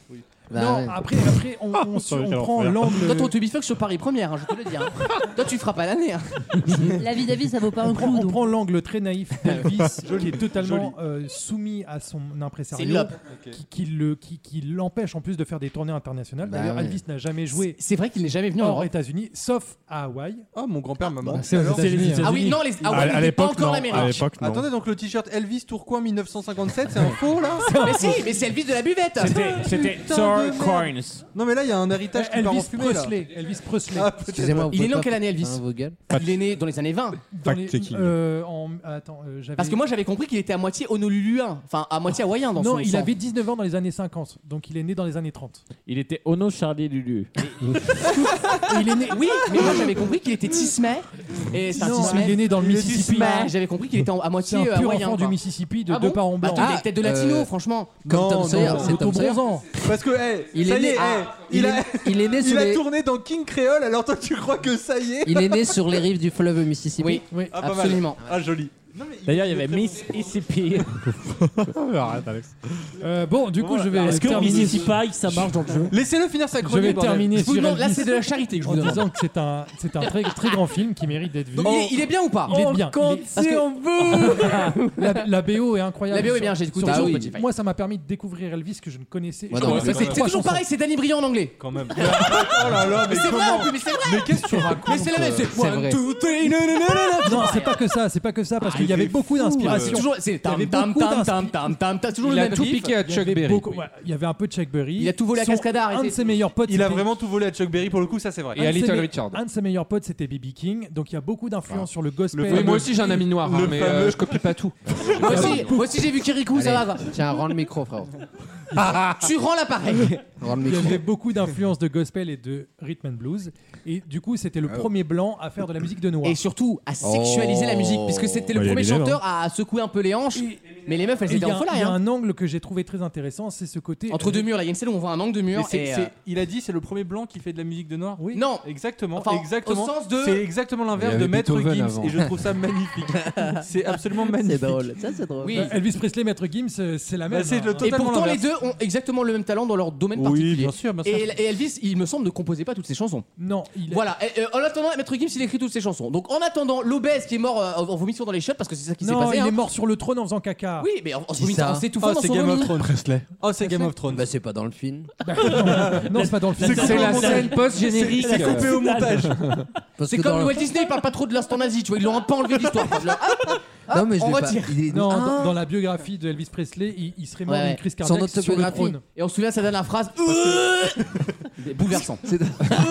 Speaker 4: Bah
Speaker 13: non,
Speaker 4: ouais.
Speaker 13: après, après, on, on,
Speaker 15: Ça
Speaker 13: on
Speaker 15: va être
Speaker 13: prend
Speaker 15: l'enfer.
Speaker 13: l'angle.
Speaker 2: Toi, ton to be fuck sur Paris Première, hein, je te le dis. Hein. Toi, tu feras pas l'année. Hein.
Speaker 5: La vie d'Avis, ça vaut pas
Speaker 13: On
Speaker 5: un
Speaker 13: prend,
Speaker 5: clou.
Speaker 13: on
Speaker 5: donc.
Speaker 13: prend l'angle très naïf d'Elvis, qui est totalement euh, soumis à son impresario,
Speaker 2: C'est l'op.
Speaker 13: qui, qui le, qui, qui l'empêche en plus de faire des tournées internationales.
Speaker 4: Bah
Speaker 13: D'ailleurs,
Speaker 4: ouais.
Speaker 13: Elvis n'a jamais joué
Speaker 2: C'est vrai qu'il n'est jamais venu en
Speaker 13: hors
Speaker 2: Europe.
Speaker 13: États-Unis, sauf à Hawaï.
Speaker 7: Oh, mon grand-père m'a menti.
Speaker 11: C'est aux
Speaker 13: Alors,
Speaker 11: États-Unis.
Speaker 13: c'est les
Speaker 11: hein.
Speaker 2: Ah oui, non, les... ah ouais,
Speaker 15: À-
Speaker 2: il
Speaker 15: à
Speaker 2: dit pas
Speaker 15: l'époque,
Speaker 2: encore
Speaker 15: non.
Speaker 2: l'Amérique.
Speaker 15: À l'époque, non.
Speaker 7: Attendez, donc le t-shirt Elvis Tourcoing mille neuf cent cinquante-sept, c'est un faux là
Speaker 2: Mais si, mais c'est Elvis de la buvette.
Speaker 3: C'était, c'était Turcoins.
Speaker 7: Non, mais là, il y a un héritage qui part en
Speaker 13: Elvis
Speaker 7: fumée là.
Speaker 13: Presley. Elvis Presley.
Speaker 7: Ah, peut-être.
Speaker 4: Excusez-moi, vous
Speaker 2: Il est
Speaker 4: pouvez
Speaker 2: né en
Speaker 4: pas-
Speaker 2: quelle année, Elvis
Speaker 4: Hein, vos gueules
Speaker 2: Il est né dans les années vingt.
Speaker 13: Dans les-
Speaker 15: Fact-checking.
Speaker 13: euh, en, attends, euh, j'avais-
Speaker 2: Parce que moi, j'avais compris qu'il était à moitié honoluluien. Enfin, à moitié hawaïen dans
Speaker 13: non,
Speaker 2: son
Speaker 13: il
Speaker 2: sang.
Speaker 13: avait dix-neuf ans dans les années cinquante, donc il est né dans les années trente.
Speaker 3: Il était Ono Charlie Lulu.
Speaker 2: Et il est né... Oui, mais moi, j'avais compris qu'il était Tismay. Et c'est un
Speaker 13: Non,
Speaker 2: Tismay.
Speaker 13: il est né dans le
Speaker 2: Il est
Speaker 13: Mississippi.
Speaker 2: Tismay. J'avais compris qu'il était en- à
Speaker 13: C'est
Speaker 2: moitié
Speaker 13: un
Speaker 2: euh,
Speaker 13: pur
Speaker 2: hawaïen.
Speaker 13: enfant
Speaker 2: quoi.
Speaker 13: du Mississippi de
Speaker 2: Ah
Speaker 13: deux
Speaker 2: bon
Speaker 13: parents
Speaker 2: Bah,
Speaker 13: blancs.
Speaker 2: attends, il a peut-être de latino,
Speaker 4: euh,
Speaker 2: franchement.
Speaker 4: Comme
Speaker 7: Non,
Speaker 4: Tom
Speaker 7: non,
Speaker 4: Sawyer,
Speaker 7: non,
Speaker 4: c'est
Speaker 13: de
Speaker 4: Tom
Speaker 13: bons
Speaker 4: Sawyer.
Speaker 13: ans.
Speaker 7: Parce que, hey,
Speaker 4: Il
Speaker 7: ça
Speaker 4: est
Speaker 7: y
Speaker 4: né-
Speaker 7: est,
Speaker 4: ah,
Speaker 7: hey,
Speaker 4: il
Speaker 7: il
Speaker 4: est-
Speaker 7: a.
Speaker 4: il est né
Speaker 7: Il
Speaker 4: sur
Speaker 7: a
Speaker 4: les-
Speaker 7: tourné dans King Creole, alors toi tu crois que ça y est
Speaker 4: Il est né sur les rives du fleuve Mississippi.
Speaker 2: Oui,
Speaker 13: Oui.
Speaker 7: Ah, pas mal.
Speaker 2: absolument.
Speaker 7: Ah, joli.
Speaker 3: D'ailleurs, il y avait Miss Mississippi.
Speaker 15: Arrête, Alex.
Speaker 13: Euh, bon, du coup, je vais
Speaker 3: Est-ce que
Speaker 13: terminer,
Speaker 3: Mississippi, ça marche dans le jeu?
Speaker 7: Laissez-le finir sa
Speaker 13: je
Speaker 7: chronique.
Speaker 13: vais
Speaker 7: bordel.
Speaker 13: terminer
Speaker 2: Je vous
Speaker 13: sur
Speaker 2: demande, là,
Speaker 13: Elvis
Speaker 2: c'est de la charité que je
Speaker 13: en
Speaker 2: vous demande.
Speaker 13: disant que c'est un, c'est un très, très grand film qui mérite d'être vu.
Speaker 2: Donc, il, est, il est bien ou pas
Speaker 13: Il est bien. Il est-
Speaker 2: Parce que
Speaker 13: La, la B O est incroyable.
Speaker 2: La B O est bien,
Speaker 13: Sur-
Speaker 2: j'ai écouté
Speaker 13: sur-
Speaker 2: sur
Speaker 13: oui.
Speaker 2: Spotify.
Speaker 13: Moi, ça m'a permis de découvrir Elvis que je ne connaissais
Speaker 4: Moi
Speaker 13: je
Speaker 4: non,
Speaker 13: connaissais
Speaker 4: mais
Speaker 13: que
Speaker 2: c'est
Speaker 13: trois
Speaker 2: c'est toujours
Speaker 13: chansons.
Speaker 2: pareil, c'est Danny Briand en anglais.
Speaker 7: Quand même. Oh là là, mais
Speaker 2: Mais c'est vrai
Speaker 7: comment
Speaker 2: en plus, mais c'est vrai.
Speaker 7: Mais qu'est-ce que tu racontes
Speaker 2: Mais c'est la même, c'est
Speaker 4: C'est
Speaker 2: one,
Speaker 4: vrai.
Speaker 2: two, three, nanana.
Speaker 13: Non, c'est pas que ça, c'est pas que ça, parce qu'il y avait beaucoup d'inspiration.
Speaker 2: C'est toujours, c'est
Speaker 13: Il y avait
Speaker 2: tam tam
Speaker 13: beaucoup
Speaker 2: tam
Speaker 13: d'inspi-
Speaker 2: tam tam tam, t'as toujours
Speaker 11: Il
Speaker 2: le
Speaker 11: a
Speaker 2: même
Speaker 11: tout
Speaker 2: riff.
Speaker 11: piqué à
Speaker 13: Il y
Speaker 11: Chuck
Speaker 13: avait
Speaker 11: Berry.
Speaker 13: beaucoup- ouais, il y avait un peu de Chuck Berry.
Speaker 2: Il a tout volé à
Speaker 13: Son-
Speaker 2: Cascada,
Speaker 13: Un
Speaker 2: arrêtez.
Speaker 13: de ses meilleurs potes.
Speaker 7: Il a
Speaker 13: c'était-
Speaker 7: vraiment tout volé à Chuck Berry pour le coup, ça c'est vrai.
Speaker 11: Et
Speaker 13: un
Speaker 11: à
Speaker 13: de ses
Speaker 11: Little
Speaker 13: me-
Speaker 11: Richard.
Speaker 13: Un de ses meilleurs potes, c'était B B King. Donc il y a beaucoup d'influence sur le gospel.
Speaker 7: le
Speaker 11: Oui,
Speaker 7: fameux-
Speaker 11: moi aussi j'ai un ami noir, hein,
Speaker 7: le
Speaker 11: mais
Speaker 7: fameux-
Speaker 11: euh, je copie pas tout.
Speaker 2: Moi aussi, moi aussi j'ai vu Kirikou, ça va
Speaker 4: Allez,
Speaker 2: quoi.
Speaker 4: Tiens, rends le micro, frérot.
Speaker 2: Tu rends l'appareil.
Speaker 4: Rends le
Speaker 13: Il y
Speaker 4: micro.
Speaker 13: avait beaucoup d'influence de gospel et de rhythm and blues. Et du coup, c'était le premier blanc à faire de la musique de noir.
Speaker 2: Et surtout à sexualiser la musique, puisque c'était le
Speaker 15: Ouais, il y
Speaker 2: premier
Speaker 15: avait
Speaker 2: chanteur à secouer un peu les hanches. Mais les meufs, elles
Speaker 13: Et il
Speaker 2: étaient
Speaker 13: y a,
Speaker 2: en folie.
Speaker 13: il y a
Speaker 2: Hein.
Speaker 13: un angle que j'ai trouvé très intéressant, c'est ce côté.
Speaker 2: Entre deux murs, là, il y a une scène où on voit un angle de
Speaker 7: Mais
Speaker 2: mur.
Speaker 7: c'est-
Speaker 2: et,
Speaker 7: c'est-
Speaker 2: euh,
Speaker 7: il a dit c'est le premier blanc qui fait de la musique de noir.
Speaker 13: Oui.
Speaker 2: Non,
Speaker 7: Exactement,
Speaker 2: Enfin,
Speaker 7: exactement.
Speaker 2: au sens de-
Speaker 7: C'est exactement
Speaker 11: Il y
Speaker 7: l'inverse
Speaker 11: avait
Speaker 7: de Maître
Speaker 11: Beethoven
Speaker 7: Gims
Speaker 11: avant.
Speaker 7: et je trouve ça magnifique. C'est absolument magnifique.
Speaker 4: C'est drôle. Ça, c'est drôle.
Speaker 2: oui.
Speaker 13: Euh, Elvis Presley, Maître Gims, euh, c'est la même.
Speaker 7: Bah, c'est le
Speaker 13: hein.
Speaker 7: to-
Speaker 2: Et
Speaker 7: totalement
Speaker 2: pourtant, les
Speaker 7: l'inverse.
Speaker 2: deux ont exactement le même talent dans leur domaine
Speaker 7: Oui,
Speaker 2: particulier.
Speaker 7: bien sûr, bien sûr.
Speaker 2: Et, et Elvis, il me semble, ne composait pas toutes ses chansons.
Speaker 13: Non, il est-
Speaker 2: Voilà. Et, euh, en attendant, Maître Gims, il écrit toutes ses chansons. Donc, en attendant, l'obèse qui est mort euh, en vomissant dans les chiottes, parce que c'est ça qui s'est
Speaker 13: Non,
Speaker 2: passé.
Speaker 13: il
Speaker 2: hein.
Speaker 13: est mort sur le trône en faisant caca.
Speaker 2: Oui, mais en, en se
Speaker 4: Qui
Speaker 2: vomissant,
Speaker 4: ça
Speaker 2: en s'étouffant
Speaker 7: Oh,
Speaker 2: dans
Speaker 7: c'est
Speaker 2: son
Speaker 7: Game of
Speaker 2: vomi.
Speaker 7: Thrones. Oh, c'est Game of Thrones.
Speaker 4: Bah, c'est pas dans le film.
Speaker 13: Bah, non, non, c'est pas dans le film.
Speaker 11: C'est la scène post-générique.
Speaker 7: C'est coupé au montage.
Speaker 4: Parce
Speaker 2: C'est
Speaker 4: que
Speaker 2: comme
Speaker 4: dans
Speaker 2: le
Speaker 4: le-
Speaker 2: Walt Disney, il parle pas trop de l'instant nazi, tu vois, ils l'ont pas enlevé de l'histoire. quoi. Ah,
Speaker 4: Non, mais je
Speaker 2: on
Speaker 4: l'ai pas.
Speaker 2: retire.
Speaker 4: Il est-
Speaker 13: Non,
Speaker 4: Ah.
Speaker 13: dans, dans la biographie de Elvis Presley, il, il serait mort
Speaker 2: Ouais,
Speaker 13: d'une
Speaker 2: ouais.
Speaker 13: crise
Speaker 4: Son
Speaker 13: cardiaque sur le
Speaker 4: autobiographie.
Speaker 13: trône.
Speaker 2: Et on se souvient de sa dernière phrase. Bouleversant.
Speaker 4: C'est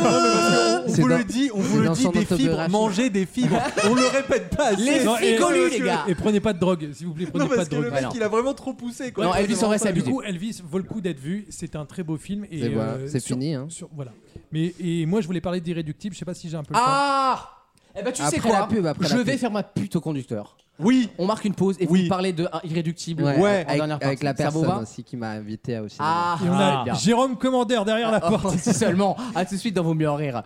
Speaker 7: On
Speaker 4: C'est
Speaker 7: vous
Speaker 4: dans-
Speaker 7: le dit, on vous
Speaker 4: c'est
Speaker 7: le
Speaker 4: dans
Speaker 7: dit,
Speaker 4: son
Speaker 7: des fibres,
Speaker 4: autobiographie.
Speaker 7: mangez des fibres. On le répète pas assez.
Speaker 2: Les
Speaker 13: Non, et-
Speaker 2: frigolos,
Speaker 13: et-
Speaker 2: les gars.
Speaker 13: Et prenez pas de drogue, s'il vous plaît, prenez
Speaker 7: Non,
Speaker 13: pas
Speaker 7: parce
Speaker 13: de
Speaker 7: que le
Speaker 13: drogue.
Speaker 7: mec, il a vraiment trop poussé. Quoi.
Speaker 2: Non, Elvis, en vrai, c'est
Speaker 13: Du
Speaker 2: abusé.
Speaker 13: coup, Elvis vaut le coup d'être vu. C'est un très beau film. Et
Speaker 4: C'est voilà,
Speaker 13: euh,
Speaker 4: c'est
Speaker 13: sur-
Speaker 4: fini, hein.
Speaker 13: sur- voilà. Mais et moi, je voulais parler d'Irréductible. Je sais pas si j'ai un peu le temps.
Speaker 2: Ah Eh ben, tu sais
Speaker 4: Après
Speaker 2: quoi
Speaker 4: la pub, après
Speaker 2: Je
Speaker 4: la
Speaker 2: vais
Speaker 4: pub.
Speaker 2: faire ma pute au conducteur.
Speaker 7: Oui.
Speaker 2: On marque une pause et vous
Speaker 7: Oui.
Speaker 2: me parlez de un irréductible
Speaker 4: Ouais,
Speaker 2: en
Speaker 7: Ouais.
Speaker 4: avec,
Speaker 2: dernière partie.
Speaker 4: avec la
Speaker 2: Ça vous
Speaker 4: personne
Speaker 2: va
Speaker 4: aussi qui m'a invité au cinéma.
Speaker 2: Ah,
Speaker 13: Et on a
Speaker 2: bien.
Speaker 13: Jérôme Commandeur derrière la
Speaker 2: Oh,
Speaker 13: porte.
Speaker 2: si seulement. À tout de suite dans Vos mieux en rire.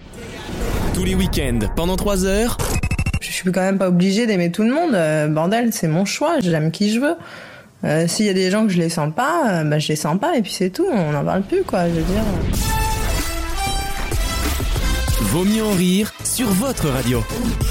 Speaker 1: Tous les week-ends, pendant trois heures,
Speaker 16: Je suis quand même pas obligée d'aimer tout le monde. Euh, bordel, c'est mon choix. J'aime qui je veux. Euh, S'il y a des gens que je les sens pas, euh, bah je les sens pas et puis c'est tout. On n'en parle plus, quoi. Je veux dire.
Speaker 1: Vaut mieux en rire sur votre radio.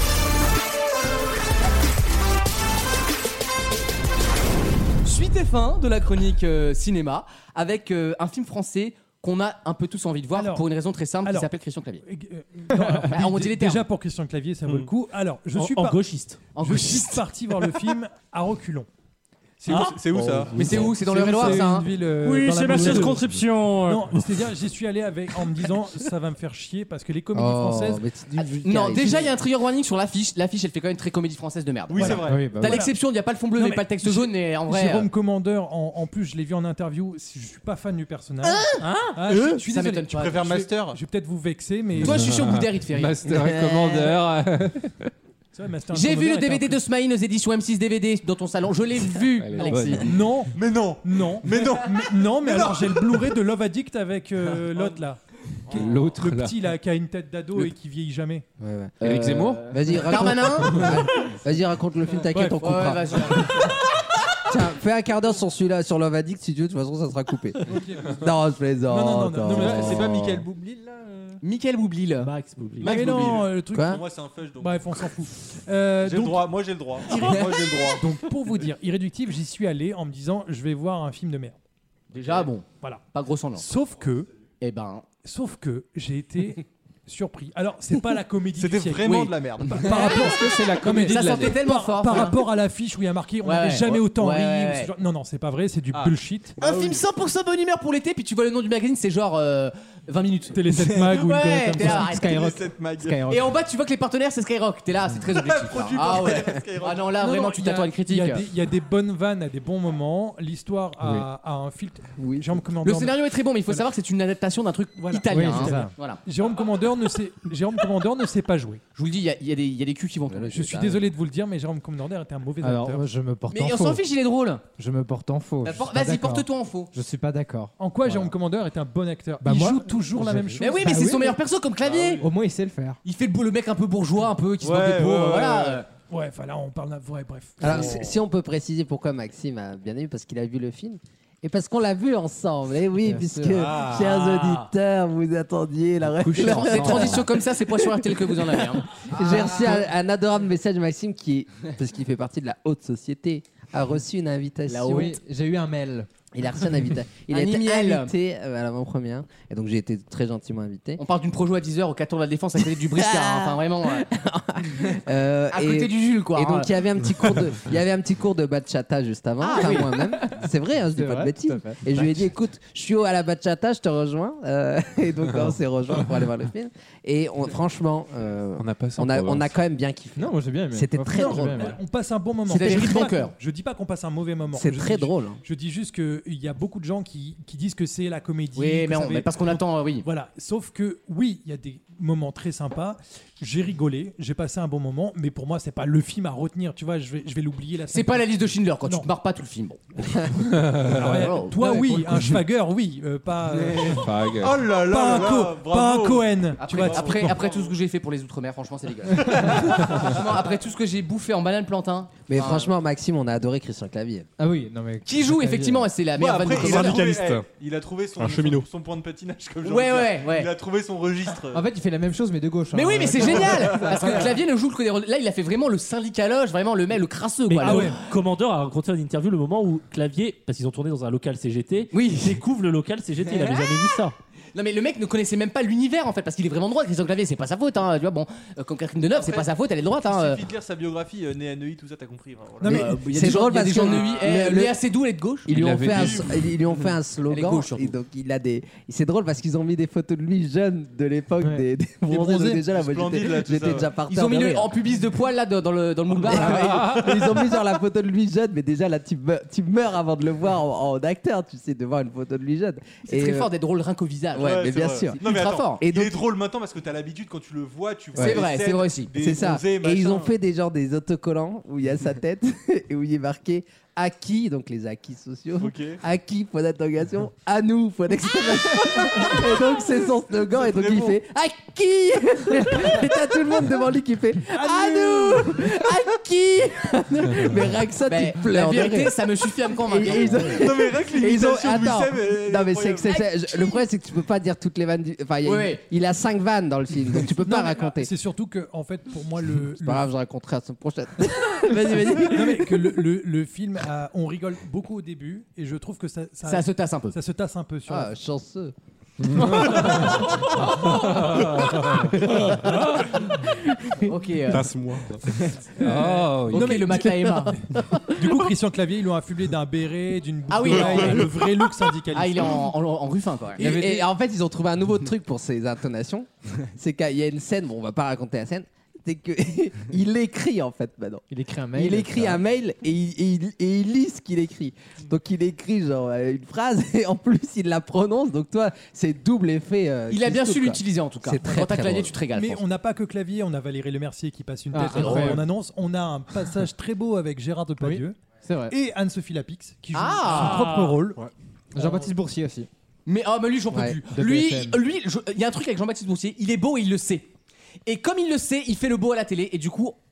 Speaker 2: Suite et fin de la chronique euh, cinéma avec euh, un film français qu'on a un peu tous envie de voir
Speaker 13: Alors,
Speaker 2: pour une raison très simple
Speaker 13: alors,
Speaker 2: qui s'appelle Christian Clavier.
Speaker 13: Euh, non, alors,
Speaker 2: Bah, on dit les termes.
Speaker 13: déjà pour Christian Clavier, ça vaut
Speaker 2: Mm.
Speaker 13: le coup. Alors, je
Speaker 3: En-
Speaker 13: suis
Speaker 3: en
Speaker 13: pas-
Speaker 3: gauchiste.
Speaker 2: En
Speaker 13: je
Speaker 2: gauchiste.
Speaker 13: suis parti voir le film à reculons.
Speaker 7: C'est où, c'est où ça
Speaker 2: Mais c'est où C'est dans le
Speaker 13: C'est
Speaker 2: Réloir,
Speaker 13: c'est
Speaker 2: ça hein
Speaker 13: une ville, euh,
Speaker 3: Oui,
Speaker 13: dans
Speaker 3: c'est
Speaker 13: la
Speaker 3: ma
Speaker 13: banlieue de-
Speaker 3: circonscription.
Speaker 13: Non, c'est-à-dire, j'y suis allé avec, en me disant, ça va me faire chier parce que les comédies
Speaker 4: Oh,
Speaker 13: françaises.
Speaker 4: mais tu-
Speaker 2: Ah,
Speaker 4: du-
Speaker 2: Non,
Speaker 4: du-
Speaker 2: déjà il y a un trigger warning sur l'affiche. L'affiche, elle fait quand même très comédie française de merde.
Speaker 7: Oui,
Speaker 2: Voilà.
Speaker 7: c'est vrai.
Speaker 11: Oui, bah
Speaker 2: T'as
Speaker 11: voilà.
Speaker 2: l'exception, il n'y a pas le fond bleu,
Speaker 13: Non,
Speaker 2: mais
Speaker 13: mais
Speaker 2: pas le texte
Speaker 13: J-
Speaker 2: jaune, mais en vrai.
Speaker 13: Jérôme
Speaker 2: euh,
Speaker 13: Commandeur, en, en plus, je l'ai vu en interview. Je suis pas fan du personnage.
Speaker 2: Hein
Speaker 13: Ah, je, je suis
Speaker 2: Ça
Speaker 13: désolé.
Speaker 2: m'étonne pas.
Speaker 7: Tu préfères
Speaker 13: Je vais-
Speaker 7: Master
Speaker 13: Je vais peut-être vous vexer, mais.
Speaker 2: Toi, je suis sûr, Boudère, il te fait rire.
Speaker 11: Master et Commandeur.
Speaker 13: C'est vrai, Master
Speaker 2: J'ai vu
Speaker 13: Commandeur
Speaker 2: le D V
Speaker 13: était
Speaker 2: D
Speaker 13: un
Speaker 2: de Smaïn aux éditions M six D V D dans ton salon. Je l'ai vu,
Speaker 11: Elle est
Speaker 2: Alexis.
Speaker 11: bonne.
Speaker 13: truc- Non,
Speaker 7: Mais non.
Speaker 13: non.
Speaker 7: Mais non.
Speaker 13: Mais- non, mais alors j'ai le Blu-ray de Love Addict avec euh, l'autre là. Qui est-
Speaker 11: L'autre,
Speaker 13: Le
Speaker 11: là.
Speaker 13: petit là qui a une tête d'ado
Speaker 4: Le-
Speaker 13: et qui vieillit jamais.
Speaker 4: Ouais, ouais.
Speaker 11: Éric Zemmour
Speaker 4: Vas-y, raconte.
Speaker 2: Darmanin
Speaker 4: Vas-y, raconte le film, t'inquiète,
Speaker 13: Bref,
Speaker 4: on coupera.
Speaker 2: Ouais, vas-y.
Speaker 4: Tiens, fais un quart d'heure sur celui-là, sur Love Addict, si tu veux, de toute façon, ça sera coupé. Non, je plaisante.
Speaker 13: Non, non, non, non, non, mais
Speaker 7: C'est pas Michael Boublil là euh
Speaker 2: Michael Boublil.
Speaker 3: Max Boublil.
Speaker 13: Mais non, euh, le truc.
Speaker 4: Quoi
Speaker 7: Pour moi, c'est un fudge. Donc...
Speaker 13: Bref, on s'en fout. Euh,
Speaker 7: J'ai le
Speaker 13: donc,
Speaker 7: droit. Moi, j'ai le droit. Moi, j'ai le droit.
Speaker 13: donc, pour vous dire, Irréductible, j'y suis allé en me disant, je vais voir un film de merde.
Speaker 2: Déjà, bon,
Speaker 13: Voilà.
Speaker 2: pas gros semblant.
Speaker 13: Sauf que,
Speaker 2: Eh ben,
Speaker 13: sauf que, j'ai été surpris. Alors, c'est pas la comédie du
Speaker 7: C'était
Speaker 13: siècle.
Speaker 7: vraiment
Speaker 2: Oui.
Speaker 7: de la merde.
Speaker 13: Par, par rapport,
Speaker 11: Est-ce que c'est la
Speaker 13: Non, mais
Speaker 11: comédie
Speaker 2: ça
Speaker 11: de la
Speaker 2: sentait tellement
Speaker 13: par,
Speaker 2: fort.
Speaker 13: par
Speaker 2: voilà.
Speaker 13: rapport à l'affiche où il y a marqué, on
Speaker 2: Ouais,
Speaker 13: n'avait
Speaker 2: ouais.
Speaker 13: jamais autant
Speaker 2: Ouais,
Speaker 13: ri.
Speaker 2: ouais,
Speaker 13: ou
Speaker 2: ouais.
Speaker 13: ce genre- Non, non, c'est pas vrai, c'est du
Speaker 7: Ah.
Speaker 13: bullshit.
Speaker 2: Un film cent pour cent bonne humeur pour l'été, puis tu vois le nom du magazine, c'est genre euh, vingt minutes.
Speaker 13: Télé sept Mag ou une
Speaker 2: Ouais,
Speaker 13: connerie comme
Speaker 2: t'es là,
Speaker 13: ça.
Speaker 2: arrête.
Speaker 11: Skyrock.
Speaker 7: Cette mag.
Speaker 11: Skyrock.
Speaker 2: Et en bas, tu vois que les partenaires, c'est Skyrock. T'es là, c'est très objectif.
Speaker 7: Produit
Speaker 2: ah
Speaker 7: par
Speaker 2: ouais.
Speaker 7: Skyrock.
Speaker 2: Ah non, là,
Speaker 13: Non,
Speaker 2: vraiment,
Speaker 13: non,
Speaker 2: tu
Speaker 13: il y a-
Speaker 2: t'attends à une critique.
Speaker 13: Il y, a des- il y a des bonnes vannes à des bons moments. L'histoire a, a un filtre.
Speaker 4: Oui.
Speaker 13: Jérôme Commandeur.
Speaker 2: Le scénario est très bon, mais il faut savoir que c'est une adaptation d'un truc
Speaker 13: Voilà.
Speaker 2: italien.
Speaker 11: Oui, c'est
Speaker 2: hein.
Speaker 11: ça.
Speaker 2: Voilà.
Speaker 13: Jérôme Commandeur ne sait. Jérôme Commandeur ne sait pas jouer.
Speaker 2: Je vous le dis, il y, a- il y a des- il y a des culs qui vont tomber.
Speaker 13: Je suis désolé de vous le dire, mais Jérôme Commandeur était un mauvais
Speaker 11: Alors,
Speaker 13: acteur.
Speaker 11: moi, je me porte en
Speaker 2: Mais on
Speaker 11: faux.
Speaker 2: s'en fiche, il est drôle.
Speaker 11: Je me porte en faux.
Speaker 2: Bah,
Speaker 11: Je
Speaker 2: por-
Speaker 11: suis pas
Speaker 2: Vas-y,
Speaker 11: d'accord.
Speaker 2: porte-toi en faux.
Speaker 11: Je suis pas d'accord.
Speaker 13: En quoi Jérôme Commandeur est un bon acteur
Speaker 11: Bah,
Speaker 13: Il
Speaker 11: moi,
Speaker 13: joue toujours la
Speaker 11: j'ai-
Speaker 13: même chose.
Speaker 2: Mais oui, mais
Speaker 11: Bah
Speaker 2: c'est
Speaker 11: oui,
Speaker 2: son
Speaker 11: mais-
Speaker 2: meilleur perso comme clavier.
Speaker 11: Au moins, il sait le faire.
Speaker 2: Il fait le, beau- le mec un peu bourgeois, un peu qui se
Speaker 7: Ouais,
Speaker 2: moque des pauvres.
Speaker 7: ouais, ouais,
Speaker 2: voilà.
Speaker 7: ouais.
Speaker 2: euh.
Speaker 13: Ouais, enfin là, on parle. d'un- Ouais, bref.
Speaker 4: Alors,
Speaker 7: Oh.
Speaker 4: si, si on peut préciser pourquoi Maxime a bien aimé, parce qu'il a vu le film. Et parce qu'on l'a vu ensemble, et oui,
Speaker 11: Bien
Speaker 4: puisque,
Speaker 11: sûr.
Speaker 7: Ah.
Speaker 4: chers auditeurs, vous attendiez la référence.
Speaker 2: Des transitions comme ça, c'est pas sur R T L que vous en avez. hein.
Speaker 4: J'ai reçu un, un adorable message de Maxime qui, parce qu'il fait partie de la haute société, a reçu une invitation.
Speaker 11: Oui, j'ai eu un mail.
Speaker 4: Il a reçu une invitation. Il
Speaker 2: Un
Speaker 4: a été
Speaker 2: email.
Speaker 4: invité euh, à l'avant-première, et donc j'ai été très gentiment invité.
Speaker 2: On part d'une projo à dix heures au quatorze de la Défense à côté du Briscard. hein. Enfin, vraiment. ouais.
Speaker 4: Euh,
Speaker 2: À
Speaker 4: et-
Speaker 2: côté du Jules, quoi.
Speaker 4: Et
Speaker 2: hein.
Speaker 4: donc il y avait un petit cours de, il y avait un petit cours de bachata juste avant,
Speaker 2: Ah,
Speaker 4: enfin
Speaker 2: oui.
Speaker 4: moi-même. C'est vrai, hein, je dis
Speaker 11: C'est
Speaker 4: pas de
Speaker 11: vrai,
Speaker 4: bêtises.
Speaker 11: tout à fait.
Speaker 4: Et je lui ai dit, écoute, je suis au- à la bachata, je te rejoins. Euh, et donc on s'est rejoint pour aller voir le film. Et on- franchement, euh,
Speaker 6: On a passé
Speaker 4: on
Speaker 6: en
Speaker 4: a,
Speaker 6: Provence.
Speaker 4: on a quand même bien kiffé.
Speaker 11: Non, moi j'ai bien aimé.
Speaker 4: C'était
Speaker 11: Moi,
Speaker 4: très
Speaker 11: franchement, j'ai
Speaker 4: drôle.
Speaker 11: bien aimé.
Speaker 13: On passe un bon moment.
Speaker 2: C'était
Speaker 13: Je
Speaker 2: le
Speaker 13: dis
Speaker 2: rythme
Speaker 13: pas
Speaker 2: en cœur.
Speaker 13: qu'on- Je dis pas qu'on passe un mauvais moment.
Speaker 4: C'est
Speaker 13: Je
Speaker 4: très
Speaker 13: dis-
Speaker 4: drôle. hein.
Speaker 13: Je dis juste qu'il y a beaucoup de gens qui, qui disent que c'est la comédie.
Speaker 2: Oui,
Speaker 13: que
Speaker 2: mais,
Speaker 13: ça
Speaker 2: on-
Speaker 13: fait-
Speaker 2: mais parce qu'on attend, euh, oui.
Speaker 13: Voilà, sauf que oui, il y a des moments très sympas. J'ai rigolé, j'ai passé un bon moment, mais pour moi, c'est pas le film à retenir. Tu vois, je vais, je vais l'oublier la
Speaker 2: C'est pas la liste de Schindler quand
Speaker 13: Non.
Speaker 2: tu te marres pas tout le film. Bon.
Speaker 13: Alors, ouais,
Speaker 2: Oh.
Speaker 13: toi,
Speaker 11: Ouais, pour
Speaker 13: oui,
Speaker 11: le coup,
Speaker 13: un
Speaker 11: je-
Speaker 13: Schwager, oui, euh, pas, euh,
Speaker 6: Fag.
Speaker 7: Oh là là
Speaker 13: pas, un
Speaker 7: là
Speaker 13: Co-
Speaker 7: là,
Speaker 13: pas un
Speaker 7: bravo.
Speaker 13: Cohen.
Speaker 2: Après,
Speaker 13: tu vois,
Speaker 2: après,
Speaker 13: typiquement.
Speaker 2: après tout ce que j'ai fait pour les Outre-mer, franchement, c'est dégueulasse. Franchement, après tout ce que j'ai bouffé en banane plantain.
Speaker 4: Mais
Speaker 2: enfin,
Speaker 4: franchement, Maxime, on a adoré Christian Clavier.
Speaker 11: Ah oui, non mais.
Speaker 2: Qui joue effectivement, c'est la
Speaker 7: Ouais,
Speaker 2: meilleure
Speaker 7: après,
Speaker 2: vanne de
Speaker 7: il a,
Speaker 2: Commandeur.
Speaker 7: trouvé,
Speaker 15: syndicaliste.
Speaker 7: eh, il a trouvé son,
Speaker 15: Un cheminot.
Speaker 7: son, son point de patinage comme j'ai
Speaker 2: Ouais,
Speaker 7: envie de
Speaker 2: ouais,
Speaker 7: dire.
Speaker 2: ouais.
Speaker 7: Il a trouvé son registre.
Speaker 11: En fait, il fait la même chose mais de gauche.
Speaker 2: Mais
Speaker 11: hein.
Speaker 2: oui, mais c'est génial parce que Clavier ne joue que des rôles. Là, il a fait vraiment le syndicaloge, vraiment le mec, le crasseux.
Speaker 3: Mais
Speaker 2: Quoi,
Speaker 3: ah
Speaker 2: là.
Speaker 3: ouais, Commandeur a raconté en interview le moment où Clavier, parce qu'ils ont tourné dans un local C G T,
Speaker 2: Oui.
Speaker 3: découvre le local C G T. Il avait jamais vu ça.
Speaker 2: Non, mais le mec ne connaissait même pas l'univers en fait, parce qu'il est vraiment droit. Christian Clavier, c'est pas sa faute. Hein, tu vois, bon, euh, comme Catherine Deneuve, c'est
Speaker 7: Après,
Speaker 2: pas sa faute, elle est droite.
Speaker 7: Il
Speaker 2: Hein, euh.
Speaker 7: suffit de lire sa biographie, euh, né à Neuilly, tout ça, t'as compris. enfin, voilà.
Speaker 13: Non, mais
Speaker 2: Euh, il y a
Speaker 4: c'est
Speaker 2: des gens-
Speaker 4: drôle
Speaker 2: il y a
Speaker 4: parce
Speaker 2: des gens
Speaker 4: que
Speaker 2: de Neuilly.
Speaker 4: le-
Speaker 2: Eh,
Speaker 4: le-
Speaker 2: Léa Seydoux, elle est de gauche.
Speaker 4: Ils lui, ont
Speaker 6: l'avait
Speaker 4: fait un,
Speaker 6: dit.
Speaker 4: ils lui ont fait un slogan.
Speaker 2: gauche, surtout.
Speaker 4: Et donc il a des. C'est drôle parce qu'ils ont mis des photos de lui jeune de l'époque,
Speaker 11: Ouais.
Speaker 4: des, des bronzés.
Speaker 13: bronzés,
Speaker 4: Donc déjà là, moi,
Speaker 7: splendide,
Speaker 4: j'étais
Speaker 7: là, tout
Speaker 4: j'étais
Speaker 7: ça,
Speaker 4: déjà
Speaker 7: ouais.
Speaker 4: par
Speaker 2: Ils
Speaker 4: terre
Speaker 2: ont mis
Speaker 4: de
Speaker 2: le,
Speaker 4: rire.
Speaker 2: en pubis de poil là dans, dans le, dans le moule bar.
Speaker 4: Ah ouais, ils ont mis genre la photo de lui jeune, mais déjà là tu meurs, tu meurs avant de le voir en, en acteur, tu sais, de voir une photo de lui jeune.
Speaker 2: C'est
Speaker 4: Et,
Speaker 2: très
Speaker 4: euh,
Speaker 2: fort d'être drôle rien qu'au visage.
Speaker 4: Ouais, mais
Speaker 7: c'est
Speaker 4: bien
Speaker 7: vrai.
Speaker 4: sûr.
Speaker 7: Non, mais
Speaker 2: Ultra
Speaker 7: attends,
Speaker 2: fort.
Speaker 4: Et
Speaker 7: il
Speaker 4: donc-
Speaker 7: est drôle maintenant parce que t'as l'habitude quand tu le vois, tu vois.
Speaker 2: C'est
Speaker 7: les
Speaker 2: vrai,
Speaker 7: scènes,
Speaker 2: c'est vrai aussi.
Speaker 7: des
Speaker 4: C'est ça.
Speaker 7: bronzés,
Speaker 4: Et ils
Speaker 7: machin.
Speaker 4: ont fait des genres des autocollants où il y a sa tête et où il est marqué acquis, donc les acquis sociaux.
Speaker 7: Ok.
Speaker 4: Acquis, point d'interrogation, à nous, point d'exclamation. Et donc c'est son slogan, et donc
Speaker 7: très
Speaker 4: il
Speaker 7: bon.
Speaker 4: fait acquis. Et t'as tout le monde devant lui qui fait à nous, acquis. Mais rien que ça,
Speaker 2: Ben,
Speaker 4: tu
Speaker 2: la
Speaker 4: pleures de
Speaker 2: vérité,
Speaker 4: rire.
Speaker 2: ça me suffit à me
Speaker 4: Et-
Speaker 2: convaincre.
Speaker 4: et ils ont-
Speaker 7: Non, mais rien que
Speaker 4: Et ils ont.
Speaker 7: l'imitation de
Speaker 4: Attends.
Speaker 7: Wissem, elle est
Speaker 4: Non, mais c'est que
Speaker 7: incroyable.
Speaker 4: c'est- c'est- le problème, c'est que tu peux pas dire toutes les vannes. Du... Enfin, il y a-
Speaker 2: Ouais.
Speaker 4: il a cinq vannes dans le film, donc tu peux
Speaker 13: Non,
Speaker 4: pas
Speaker 13: mais,
Speaker 4: raconter.
Speaker 13: C'est surtout que, en fait, pour moi, le.
Speaker 4: C'est pas
Speaker 13: le-
Speaker 4: grave, je raconterai la semaine prochaine. Vas-y, vas-y.
Speaker 13: Non, mais que le, le- le film, a- on rigole beaucoup au début, et je trouve que ça, ça,
Speaker 2: Ça se tasse un peu.
Speaker 13: ça se tasse un peu sur. la
Speaker 4: Ah, chanceux.
Speaker 2: Ok. euh,
Speaker 15: Passe-moi.
Speaker 6: Oh,
Speaker 2: ok,
Speaker 13: mais-
Speaker 2: le matelas Emma.
Speaker 13: Du coup, Christian Clavier, ils l'ont affublé d'un béret, d'une boucle
Speaker 2: Ah oui,
Speaker 13: d'oreille,
Speaker 2: non.
Speaker 13: le vrai look syndicaliste.
Speaker 2: Ah, il est en, en, en ruffin quoi.
Speaker 4: Et, et en fait, ils ont trouvé un nouveau truc pour ces intonations. C'est qu'il y a une scène, bon, on va pas raconter la scène, c'est que il écrit en fait maintenant.
Speaker 11: Il écrit un mail.
Speaker 4: Il écrit un mail et il, et il- et il lit ce qu'il écrit. Donc il écrit genre euh, une phrase et en plus il la prononce. Donc toi, c'est double effet. euh,
Speaker 2: Il a bien
Speaker 4: Christo,
Speaker 2: su
Speaker 4: quoi.
Speaker 2: l'utiliser en tout cas.
Speaker 4: C'est très,
Speaker 2: Quand t'as
Speaker 4: très
Speaker 2: Clavier,
Speaker 4: drôle.
Speaker 2: tu te régales.
Speaker 13: Mais
Speaker 2: franchement.
Speaker 13: on n'a pas que Clavier, on a Valérie Lemercier qui passe une
Speaker 11: Ah,
Speaker 13: tête
Speaker 11: incroyable.
Speaker 13: en annonce. On a un passage très beau avec Gérard Depardieu
Speaker 11: C'est vrai.
Speaker 13: et Anne-Sophie Lapix qui joue
Speaker 2: Ah.
Speaker 13: son propre rôle.
Speaker 11: Jean-Baptiste Boursier aussi.
Speaker 2: Mais oh, mais lui, j'en peux
Speaker 4: Ouais,
Speaker 2: plus.
Speaker 11: de
Speaker 2: Lui,
Speaker 11: B F M.
Speaker 2: lui, je- il y a un truc avec Jean-Baptiste Boursier. Il est beau et il le sait. Et comme il le sait, il fait le beau à la télé. Et du coup,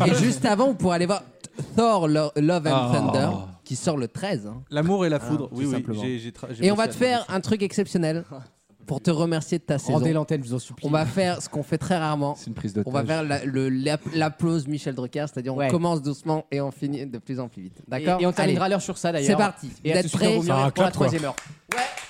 Speaker 4: Et juste avant, vous pourrez aller voir Thor Lo- Love and
Speaker 6: Ah.
Speaker 4: Thunder, qui sort le treize. Hein.
Speaker 7: L'amour et la
Speaker 4: Ah,
Speaker 7: foudre.
Speaker 4: tout
Speaker 7: oui, oui.
Speaker 4: simplement.
Speaker 7: j'ai- j'ai tra- j'ai
Speaker 4: Et on
Speaker 7: bossé
Speaker 4: va te
Speaker 7: à
Speaker 4: faire un truc exceptionnel pour te remercier de ta saison.
Speaker 2: Rendez l'antenne, je vous en supplie.
Speaker 4: On va faire ce qu'on fait très rarement.
Speaker 6: C'est une prise de
Speaker 4: On va faire la- le- l'app- l'applause Michel Drucker, c'est-à-dire on
Speaker 2: Ouais.
Speaker 4: commence doucement et on finit de plus en plus vite. D'accord
Speaker 2: Et, et on terminera
Speaker 4: Allez.
Speaker 2: l'heure sur ça d'ailleurs.
Speaker 4: C'est parti.
Speaker 2: Et
Speaker 4: Vous
Speaker 2: à
Speaker 4: êtes
Speaker 2: tout de suite dans
Speaker 4: prêts
Speaker 2: Vaut mieux rire pour la troisième heure.
Speaker 4: Ouais.